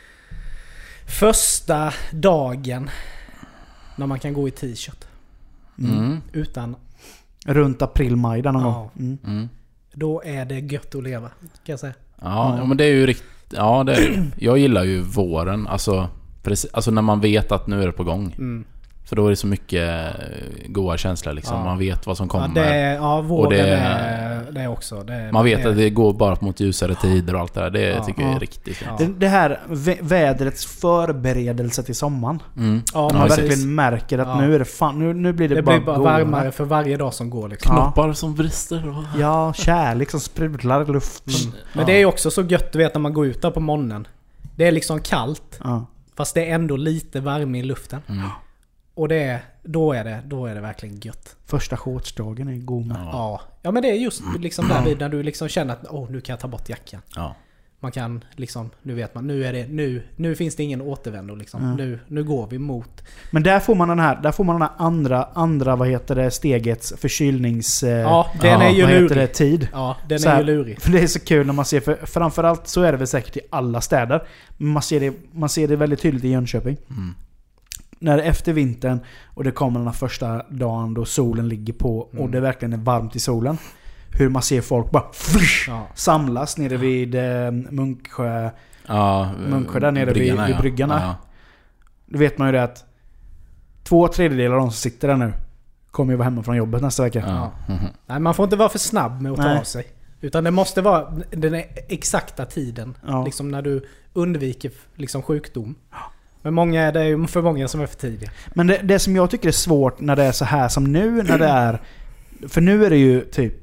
första dagen när man kan gå i t-shirt. Mm. Mm. Utan... Runt april, maj där någon Ja. gång. Mm. Mm. Då är det gött att leva, kan jag säga. Ja, ja, men det är ju riktigt... Ja, det är, jag gillar ju våren. Alltså, precis, alltså när man vet att nu är det på gång. Mm. För då är det så mycket goda känslor liksom. Ja. Man vet vad som kommer. Ja, det är, ja våren det, är det också. Det är, man vet det är, att det går bara mot ljusare tider och allt det där. Det Ja. tycker jag är Ja. riktigt fint. Ja. Det, det här vä- vädrets förberedelse till sommaren. Mm. Ja, Man precis. verkligen märker att Ja. nu är det fan, nu, nu blir det, Det bara blir bara godare. varmare för varje dag som går liksom. Ja. Knoppar som brister. Och... Ja, kärlek som sprudlar i luften. Mm. Men det är ju också så gött, du vet, när man går ut där på morgonen. Det är liksom kallt. Ja. Fast det är ändå lite värme i luften. Mm. Och det är, då, är det, då är det verkligen gött. Första shortsdagen är god med. Ja. Ja. Ja, men det är just liksom där vid när du liksom känner att åh, nu kan jag ta bort jackan. Ja. Man kan liksom, nu vet man, nu är det, nu, nu finns det ingen återvändo liksom. Mm. Nu, nu går vi mot. Men där får man den här, där får man den här andra, andra vad heter det, stegets förkylnings... Eh, Ja, den Ja, är ju vad heter lurig. det, tid. Ja, den Så är här, ju lurig. För det är så kul när man ser, för framförallt så är det väl säkert i alla städer. Men man ser det, man ser det väldigt tydligt i Jönköping. Mm. När det är efter vintern och det kommer den här första dagen då solen ligger på och Mm. det verkligen är varmt i solen. Hur man ser folk bara flysh, Ja. samlas nere vid eh, Munksjö. Ja, Munksjö där nere vid, vid ja. bryggarna. Ja. Då vet man ju det att två tredjedelar av de som sitter där nu kommer ju vara hemma från jobbet nästa vecka. Ja. Mhm. Nej, man får inte vara för snabb med att ta Nej. av sig. Utan det måste vara den exakta tiden. Ja. Liksom när du undviker liksom sjukdom. Men många är det är ju för många som är för tidiga. Men det, det som jag tycker är svårt när det är så här som nu, när det är... För nu är det ju typ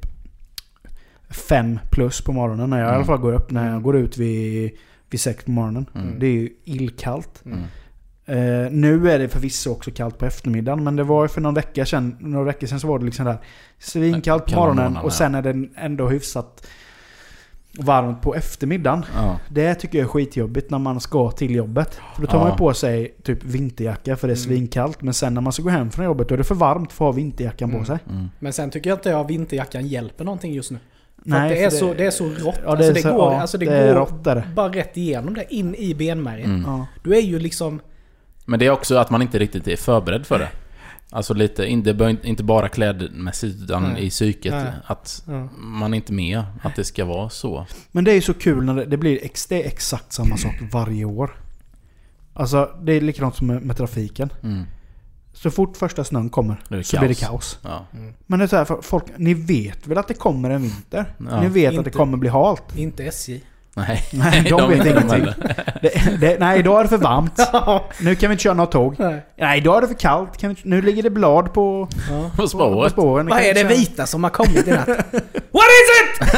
fem plus på morgonen när jag Mm. i alla fall går upp. När jag går ut vid, vid sex på morgonen. Mm. Det är ju illkallt. Mm. Eh, nu är det förvisso också kallt på eftermiddagen. Men det var ju för någon vecka sedan, några veckor sedan så var det liksom där svinkallt på Kalla morgonen. morgonen, Och sen är det ändå hyfsat varmt på eftermiddagen. Ja. Det tycker jag är skitjobbigt när man ska till jobbet. För då tar Ja. man ju på sig typ vinterjacka för det är Mm. svinkallt. Men sen när man ska gå hem från jobbet då är det för varmt för att ha vinterjackan Mm. på sig. Mm. Men sen tycker jag inte att vinterjackan hjälper någonting just nu. För Nej, att det, för är det- så, det är så rått. Ja, det alltså är det så- går, ja, alltså det det är går rått där. bara rätt igenom det, in i benmärgen. Mm. Ja. Du är ju liksom... Men det är också att man inte riktigt är förberedd för det. Alltså lite, inte, det inte bara klädmässigt utan Nej. i psyket. Nej. Att Ja. man är inte med att det ska vara så. Men det är ju så kul när det, det blir ex, det är exakt samma sak varje år. Alltså det är likadant som med, med trafiken. Mm. Så fort första snön kommer Det är så kaos. blir det kaos. Ja. Men det är så här, för folk, ni vet väl att det kommer en vinter? Ja. Ni vet Inte- att det kommer bli halt. Inte S J. Nej, Nej, de vet inte ingenting. heller. Det, det, nej, idag är det för varmt. Nu kan vi inte köra något tåg. Nej. Nej, idag är det för kallt. Kan vi, inte- nu ligger det blad på, Ja. På på spåret. spåren. Vad Kan är vi det köra- vita som har kommit i natt? What is it?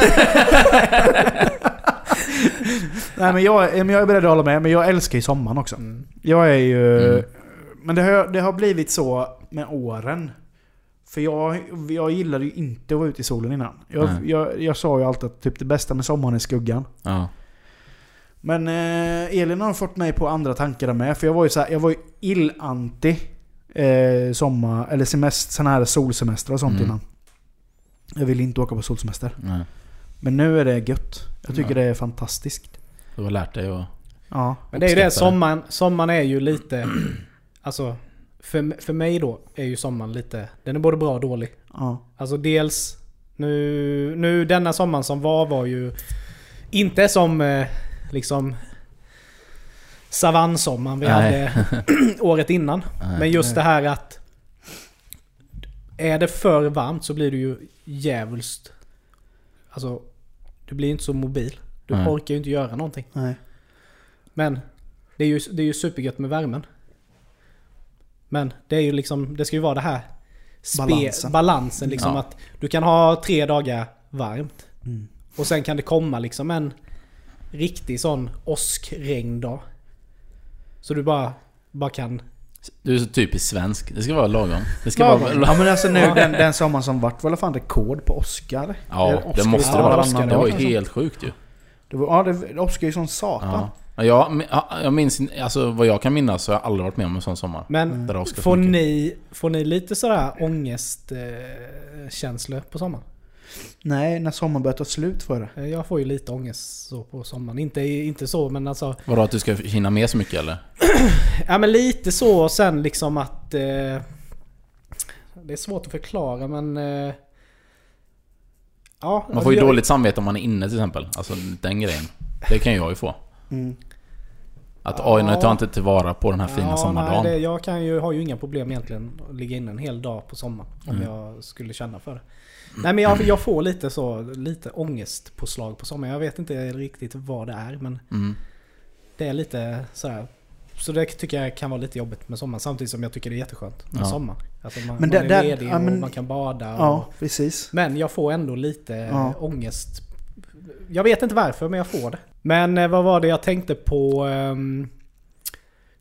Nej, men jag, men jag är beredd att hålla med. Men jag älskar ju sommaren också. Mm. Jag är ju... Mm. Men det har, det har blivit så med åren. För jag, jag gillade ju inte att vara ute i solen innan. Jag, Nej. jag, jag sa ju alltid att typ det bästa med sommaren är skuggan. Ja. Men eh, Elin har fått mig på andra tankar där med. För jag var ju så här, jag var ju ill-anti eh, sommar, eller semester, sån här solsemester och sånt Mm. innan. Jag vill inte åka på solsemester. Nej. Men nu är det gött. Jag tycker Ja. det är fantastiskt. Du har lärt dig att... Ja. Men det är ju det, Uppskattar det. sommaren, sommaren är ju lite... Alltså, för, för mig då är ju sommaren lite... Den är både bra och dålig. Ja. Alltså dels... Nu, nu denna sommaren som var var ju... Inte som eh, liksom... Savannsommaren vi Nej. hade året innan. Nej. Men just Nej. det här att... Är det för varmt så blir du ju djävulskt... Alltså... Du blir inte så mobil. Du Nej. orkar ju inte göra någonting. Nej. Men det är ju, det är ju supergött med värmen. Men det är ju liksom, det ska ju vara det här spe, Balansen. balansen liksom Ja. att du kan ha tre dagar varmt. Mm. Och sen kan det komma liksom en riktig sån åskregndag. Så du bara, bara kan... Du är så typiskt svensk. Det ska vara lagom. Det ska Lagom. vara... Ja, men alltså nu, den, den sommaren som vart var i alla fall rekord på Oscar. Ja, Eller det Oscar måste i det vara. varannan Det dag var ju kanske. helt sjukt ju. Det var, ja, det Oscar är ju sån satan. Ja. Ja, jag, ja, jag minns inte- alltså vad jag kan minnas så har jag aldrig varit med om en sån sommar. Men Där Oscar får funkar. ni, får ni lite sådär ångestkänslor eh, känslor på sommaren? Nej, när sommaren börjar ta slut för det. Eh, Jag får ju lite ångest så på sommaren. Inte, inte så, men alltså... Vadå, att du ska hinna med så mycket eller? Ja, men lite så. Och sen liksom att... Eh, det är svårt att förklara, men... Eh, ja, Man får ju jag, dåligt samvete om man är inne till exempel. Alltså den grejen. Det kan jag ju få. Mm. Att Ja. oj, nu tar jag inte tillvara på den här fina ja, sommardagen. nej, det, jag kan ju, har ju inga problem egentligen att ligga inne en hel dag på sommaren. Om Mm. jag skulle känna för det. Nej, men jag, jag får lite så... Lite ångestpåslag på sommaren. Jag vet inte riktigt vad det är, men... Mm. Det är lite sådär. Så det tycker jag kan vara lite jobbigt med sommaren. Samtidigt som jag tycker det är jätteskönt med Ja. sommar. Alltså man, Men man där- är där- ledig ja, men- och man kan bada. Ja, Och, precis. men jag får ändå lite Ja. eh, ångest. Jag vet inte varför, men jag får det. Men eh, vad var det jag tänkte på? ehm,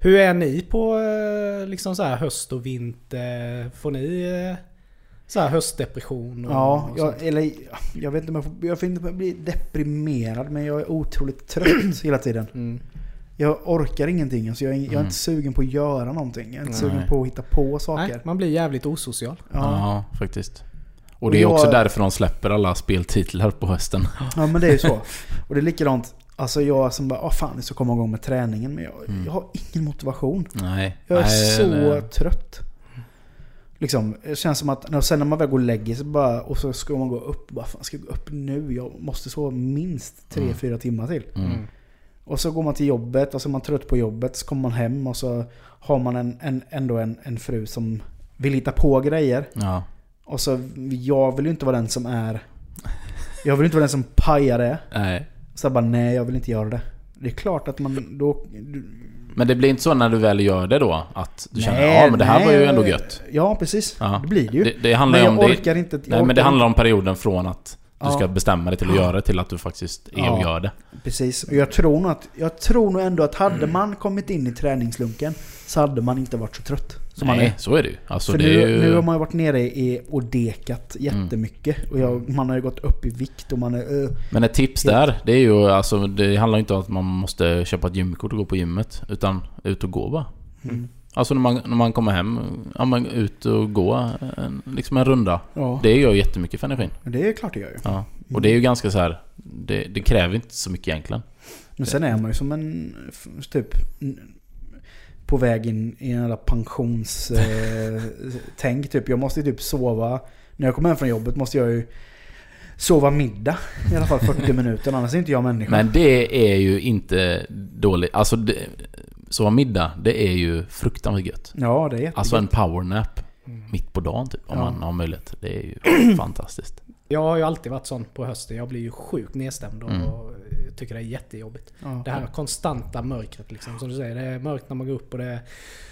Hur är ni på eh, liksom så här höst och vinter? Får ni eh, så här höstdepression? Och, ja, och jag, eller, jag vet inte om jag får, jag får inte bli deprimerad, men jag är otroligt trött hela tiden. Mm. Jag orkar ingenting. Alltså jag, är, jag är Mm. inte sugen på att göra någonting. Jag är inte Nej. sugen på att hitta på saker. Nej, man blir jävligt osocial. Ja, Ja. faktiskt. Och Och det är jag- också därför de släpper alla speltitlar på hösten. ja, men det är ju så. Och det är likadant. Alltså jag som bara, ah fan, jag ska komma igång med träningen. Men jag, Mm. jag har ingen motivation. Nej. Jag är Nej, så nej. trött. Liksom, det känns som att när, sen när man väl går och lägger sig bara, och så ska man gå upp. Bara, fan, ska jag gå upp nu? Jag måste sova minst tre Mm. fyra timmar till. Mm. Och så går man till jobbet och så är man trött på jobbet. Så kommer man hem och så har man en, en, ändå en, en fru som vill hitta på grejer. Ja. Och så, jag vill ju inte vara den som är... Jag vill inte vara den som pajar det. Nej. Så jag bara, nej, jag vill inte göra det. Det är klart att man då... Men det blir inte så när du väl gör det då att du känner, Nej, ja men det här nej, var ju ändå gött. Ja, precis. Ja. Det blir det ju. Det, det handlar Men ju jag om orkar det. inte... jag Nej, men orkar det handlar om perioden från att du Ja. ska bestämma dig till att Ja. göra det till att du faktiskt är och Ja. gör det. Precis. Och jag tror nog att jag tror nog ändå att hade man kommit in i träningslunken så hade man inte varit så trött som man Nej, är. så är det ju. Alltså, För det nu, är ju... nu har man ju varit nere i och dekat jättemycket. Och jag, man har ju gått upp i vikt och man är... Uh, Men ett tips där, det är ju alltså, det handlar inte om att man måste köpa ett gymkort och gå på gymmet, utan ut och gå bara. mm. Alltså när man, när man kommer hem, ja, man ut och gå en, liksom en runda. Ja, Det gör jättemycket för energin. det är klart det gör ju. Ja. Och det är ju ganska så här, det, det kräver inte så mycket egentligen. Men sen är man ju som en f- typ n- på väg in i en jävla pensionstänk typ. Jag måste ju typ sova. När jag kommer hem från jobbet måste jag ju sova middag i alla fall fyrtio minuter, annars är inte jag människa. Men det är ju inte dåligt. Alltså det, sova middag, det är ju fruktansvärt gött. Ja, det är jättegott. Alltså en powernap Mm. mitt på dagen typ, om Ja. man har möjlighet. Det är ju fantastiskt. Jag har ju alltid varit sån på hösten. Jag blir ju sjukt nedstämd och Mm. tycker det är jättejobbigt. Ja. Det här konstanta mörkret liksom, som du säger. Det är mörkt när man går upp och det är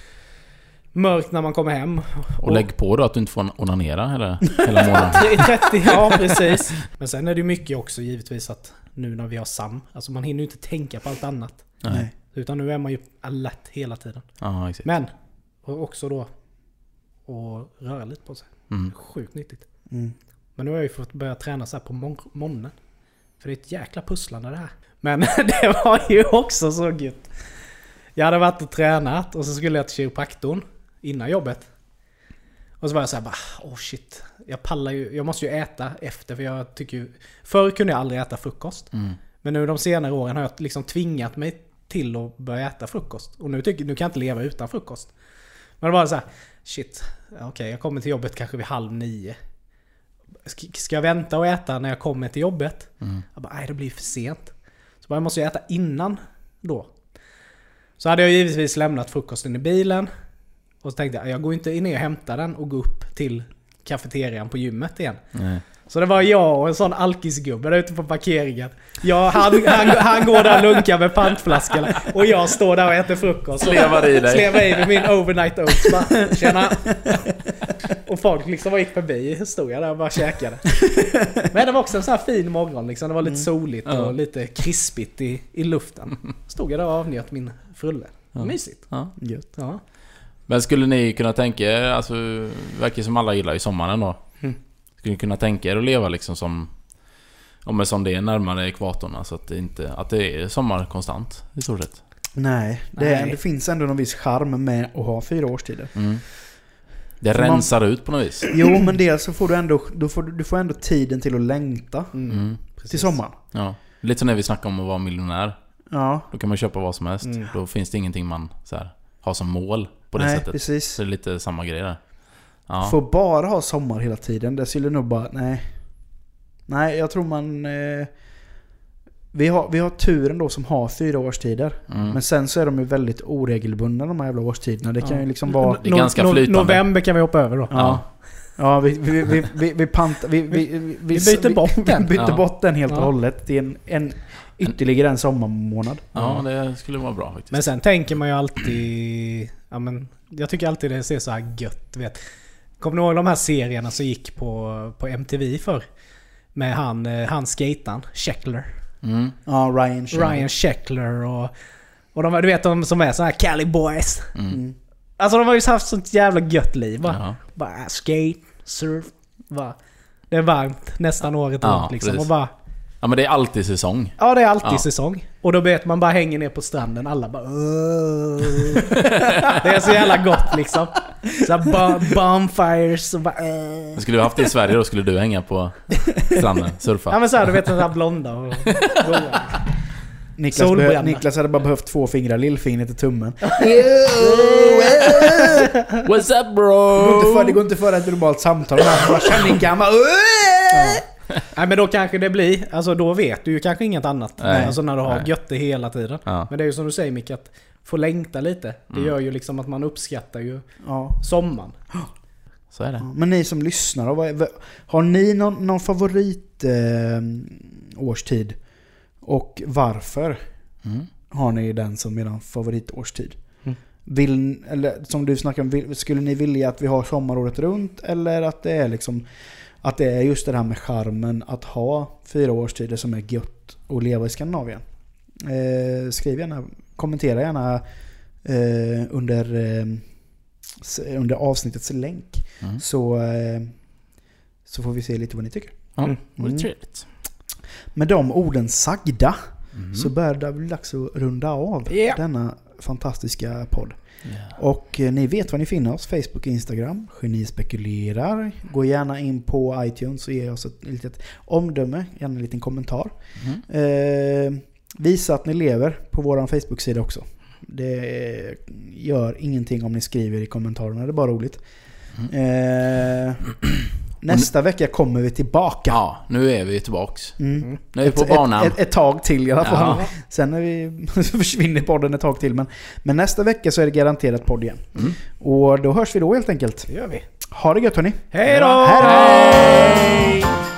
mörkt när man kommer hem. Och lägg på då att du inte får onanera hela, hela månaden. trettio, ja precis. Men sen är det ju mycket också givetvis att nu när vi har Sam, alltså man hinner ju inte tänka på allt annat. Nej. Utan nu är man ju alert hela tiden. Ja, exakt. Men och också då och röra lite på sig. Mm. Sjukt nyttigt. Mm. Men nu har jag ju fått börja träna så här på mor- morgonen. För det är ett jäkla pusslande det här. Men det var ju också så gött. Jag hade varit och tränat och så skulle jag till kiropraktorn innan jobbet. Och så var jag så här bara, åh oh shit. Jag pallar ju, jag måste ju äta efter för jag tycker ju... Förr kunde jag aldrig äta frukost. Mm. Men nu de senare åren har jag liksom tvingat mig till att börja äta frukost. Och nu, tycker, nu kan jag inte leva utan frukost. Men det var så här, shit, okej okay, jag kommer till jobbet kanske vid halv nio. Ska jag vänta och äta när jag kommer till jobbet? Mm. Jag bara, nej det blir för sent. Så bara, jag måste ju äta innan då. Så hade jag givetvis lämnat frukosten i bilen. Och så tänkte jag, jag går inte ner och hämtar den och går upp till kafeterian på gymmet igen. Nej. Så det var jag och en sån alkisgubbe där ute på parkeringen. Jag, han, han, han går där och lunkar med pantflaskorna. Och jag står där och äter frukost. Slevar i dig. Slevar i med min overnight oats. Bara, tjena. Och folk liksom gick förbi. Stod jag där och bara käkade. Men det var också en sån här fin morgon. Liksom. Det var lite soligt och Ja. lite krispigt i, i luften. Stod jag där och avnjöt min frulle. Ja. Mysigt. Ja. Gött. Ja. Men skulle ni kunna tänka er, alltså verkar som alla gillar i sommaren då. Mm. Skulle ni kunna tänka er att leva liksom som om det som det är närmare ekvatorn, alltså att det inte att det är sommar konstant i stort sett. Nej, det, är, Nej. det finns ändå någon viss charm med att ha fyra årstider. Mm. Det För man- rensar ut på något vis. Jo, men dels så får du ändå, du får, du får ändå tiden till att längta Mm. Mm. till sommaren. Ja. Lite som när vi snackar om att vara miljonär. Ja, Då kan man köpa vad som helst. Mm. Då finns det ingenting man så här, har som mål på det nej, sättet. precis. Så det är lite samma grej där. Ja. Får bara ha sommar hela tiden. Det skulle nog bara, nej. Nej, jag tror man... Eh, vi, har, vi har turen då som har fyra årstider. Mm. Men sen så är de ju väldigt oregelbundna de här jävla årstiderna. Det kan Ja. ju liksom vara... Det är ganska no- flytande. November kan vi hoppa över då. Ja. Ja, vi, vi, vi, vi, vi, pantar, vi, vi, vi, Vi byter bort den. Vi byter Ja. bort den helt och Ja. hållet till en, en ytterligare en sommarmånad. Ja, det skulle vara bra faktiskt. Men sen tänker man ju alltid... Ja, men jag tycker alltid det ser så här gött, vet. Kommer ni ihåg de här serierna som gick på, på M T V för med han, eh, han skatan, Sheckler. Mm. Ja, Ryan Sheckler. Ryan Sheckler och Och de, du vet de som är så här Cali Boys. Mm. Alltså de har ju haft sånt jävla gött liv. Bara, Ja. bara skate, surf. Bara. Det är varmt nästan året Ja, runt liksom. precis. Och bara, Ja, men det är alltid säsong. ja, det är alltid Ja. säsong. Och då vet man bara hänger ner på stranden. Alla bara... "Åh." Det är så jävla gott liksom. Så här bo- bonfires och bara... "Åh." Skulle du haft det i Sverige då skulle du hänga på stranden, surfa. Ja men så här, du vet den här blonda och... Niklas, Solbränna. be- Niklas hade bara behövt två fingrar, lillfingret och tummen. What's up Det går inte för, det bro? går inte för ett normalt samtal. Man bara känner en gammal... Nej men då kanske det blir... Alltså då vet du ju kanske inget annat. Nej. Alltså när du har Nej. gött det hela tiden. Ja. Men det är ju som du säger Micke, att få längta lite. Det Mm. gör ju liksom att man uppskattar ju Ja. sommaren. Så är det. Men ni som lyssnar då, vad är- vad- har ni någon, någon favorit eh, årstid? Och varför Mm. har ni den som er favoritårstid? Mm. Vill, eller som du snackade om, vill, skulle ni vilja att vi har sommaråret runt? Eller att det är liksom att det är just det här med charmen att ha fyra årstider som är gött och leva i Skandinavien? Eh, skriv gärna, kommentera gärna eh, under, eh, s- under avsnittets länk. Mm. Så, eh, så får vi se lite vad ni tycker. Ja, Mm. det var trevligt. Med de orden sagda Mm. så börjar det bli dags att runda av Ja. denna fantastiska podd. Ja. Och eh, ni vet var ni finner oss. Facebook och Instagram. Geni spekulerar. Gå gärna in på iTunes och ge oss ett litet omdöme. Gärna en liten kommentar. Mm. Eh, visa att ni lever på vår Facebook-sida också. Det gör ingenting om ni skriver i kommentarerna. Det är bara roligt. Eh, nästa vecka kommer vi tillbaka. Ja, nu är vi tillbaks. Mm. Nu är vi på Ett, banan. ett, ett, ett tag till i alla fall. Ja. Sen när vi så försvinner podden ett tag till. Men, men nästa vecka så är det garanterat podd igen. Mm. Och då hörs vi då helt enkelt. Det gör vi. Ha det gött hörni. Hej då! Hej då!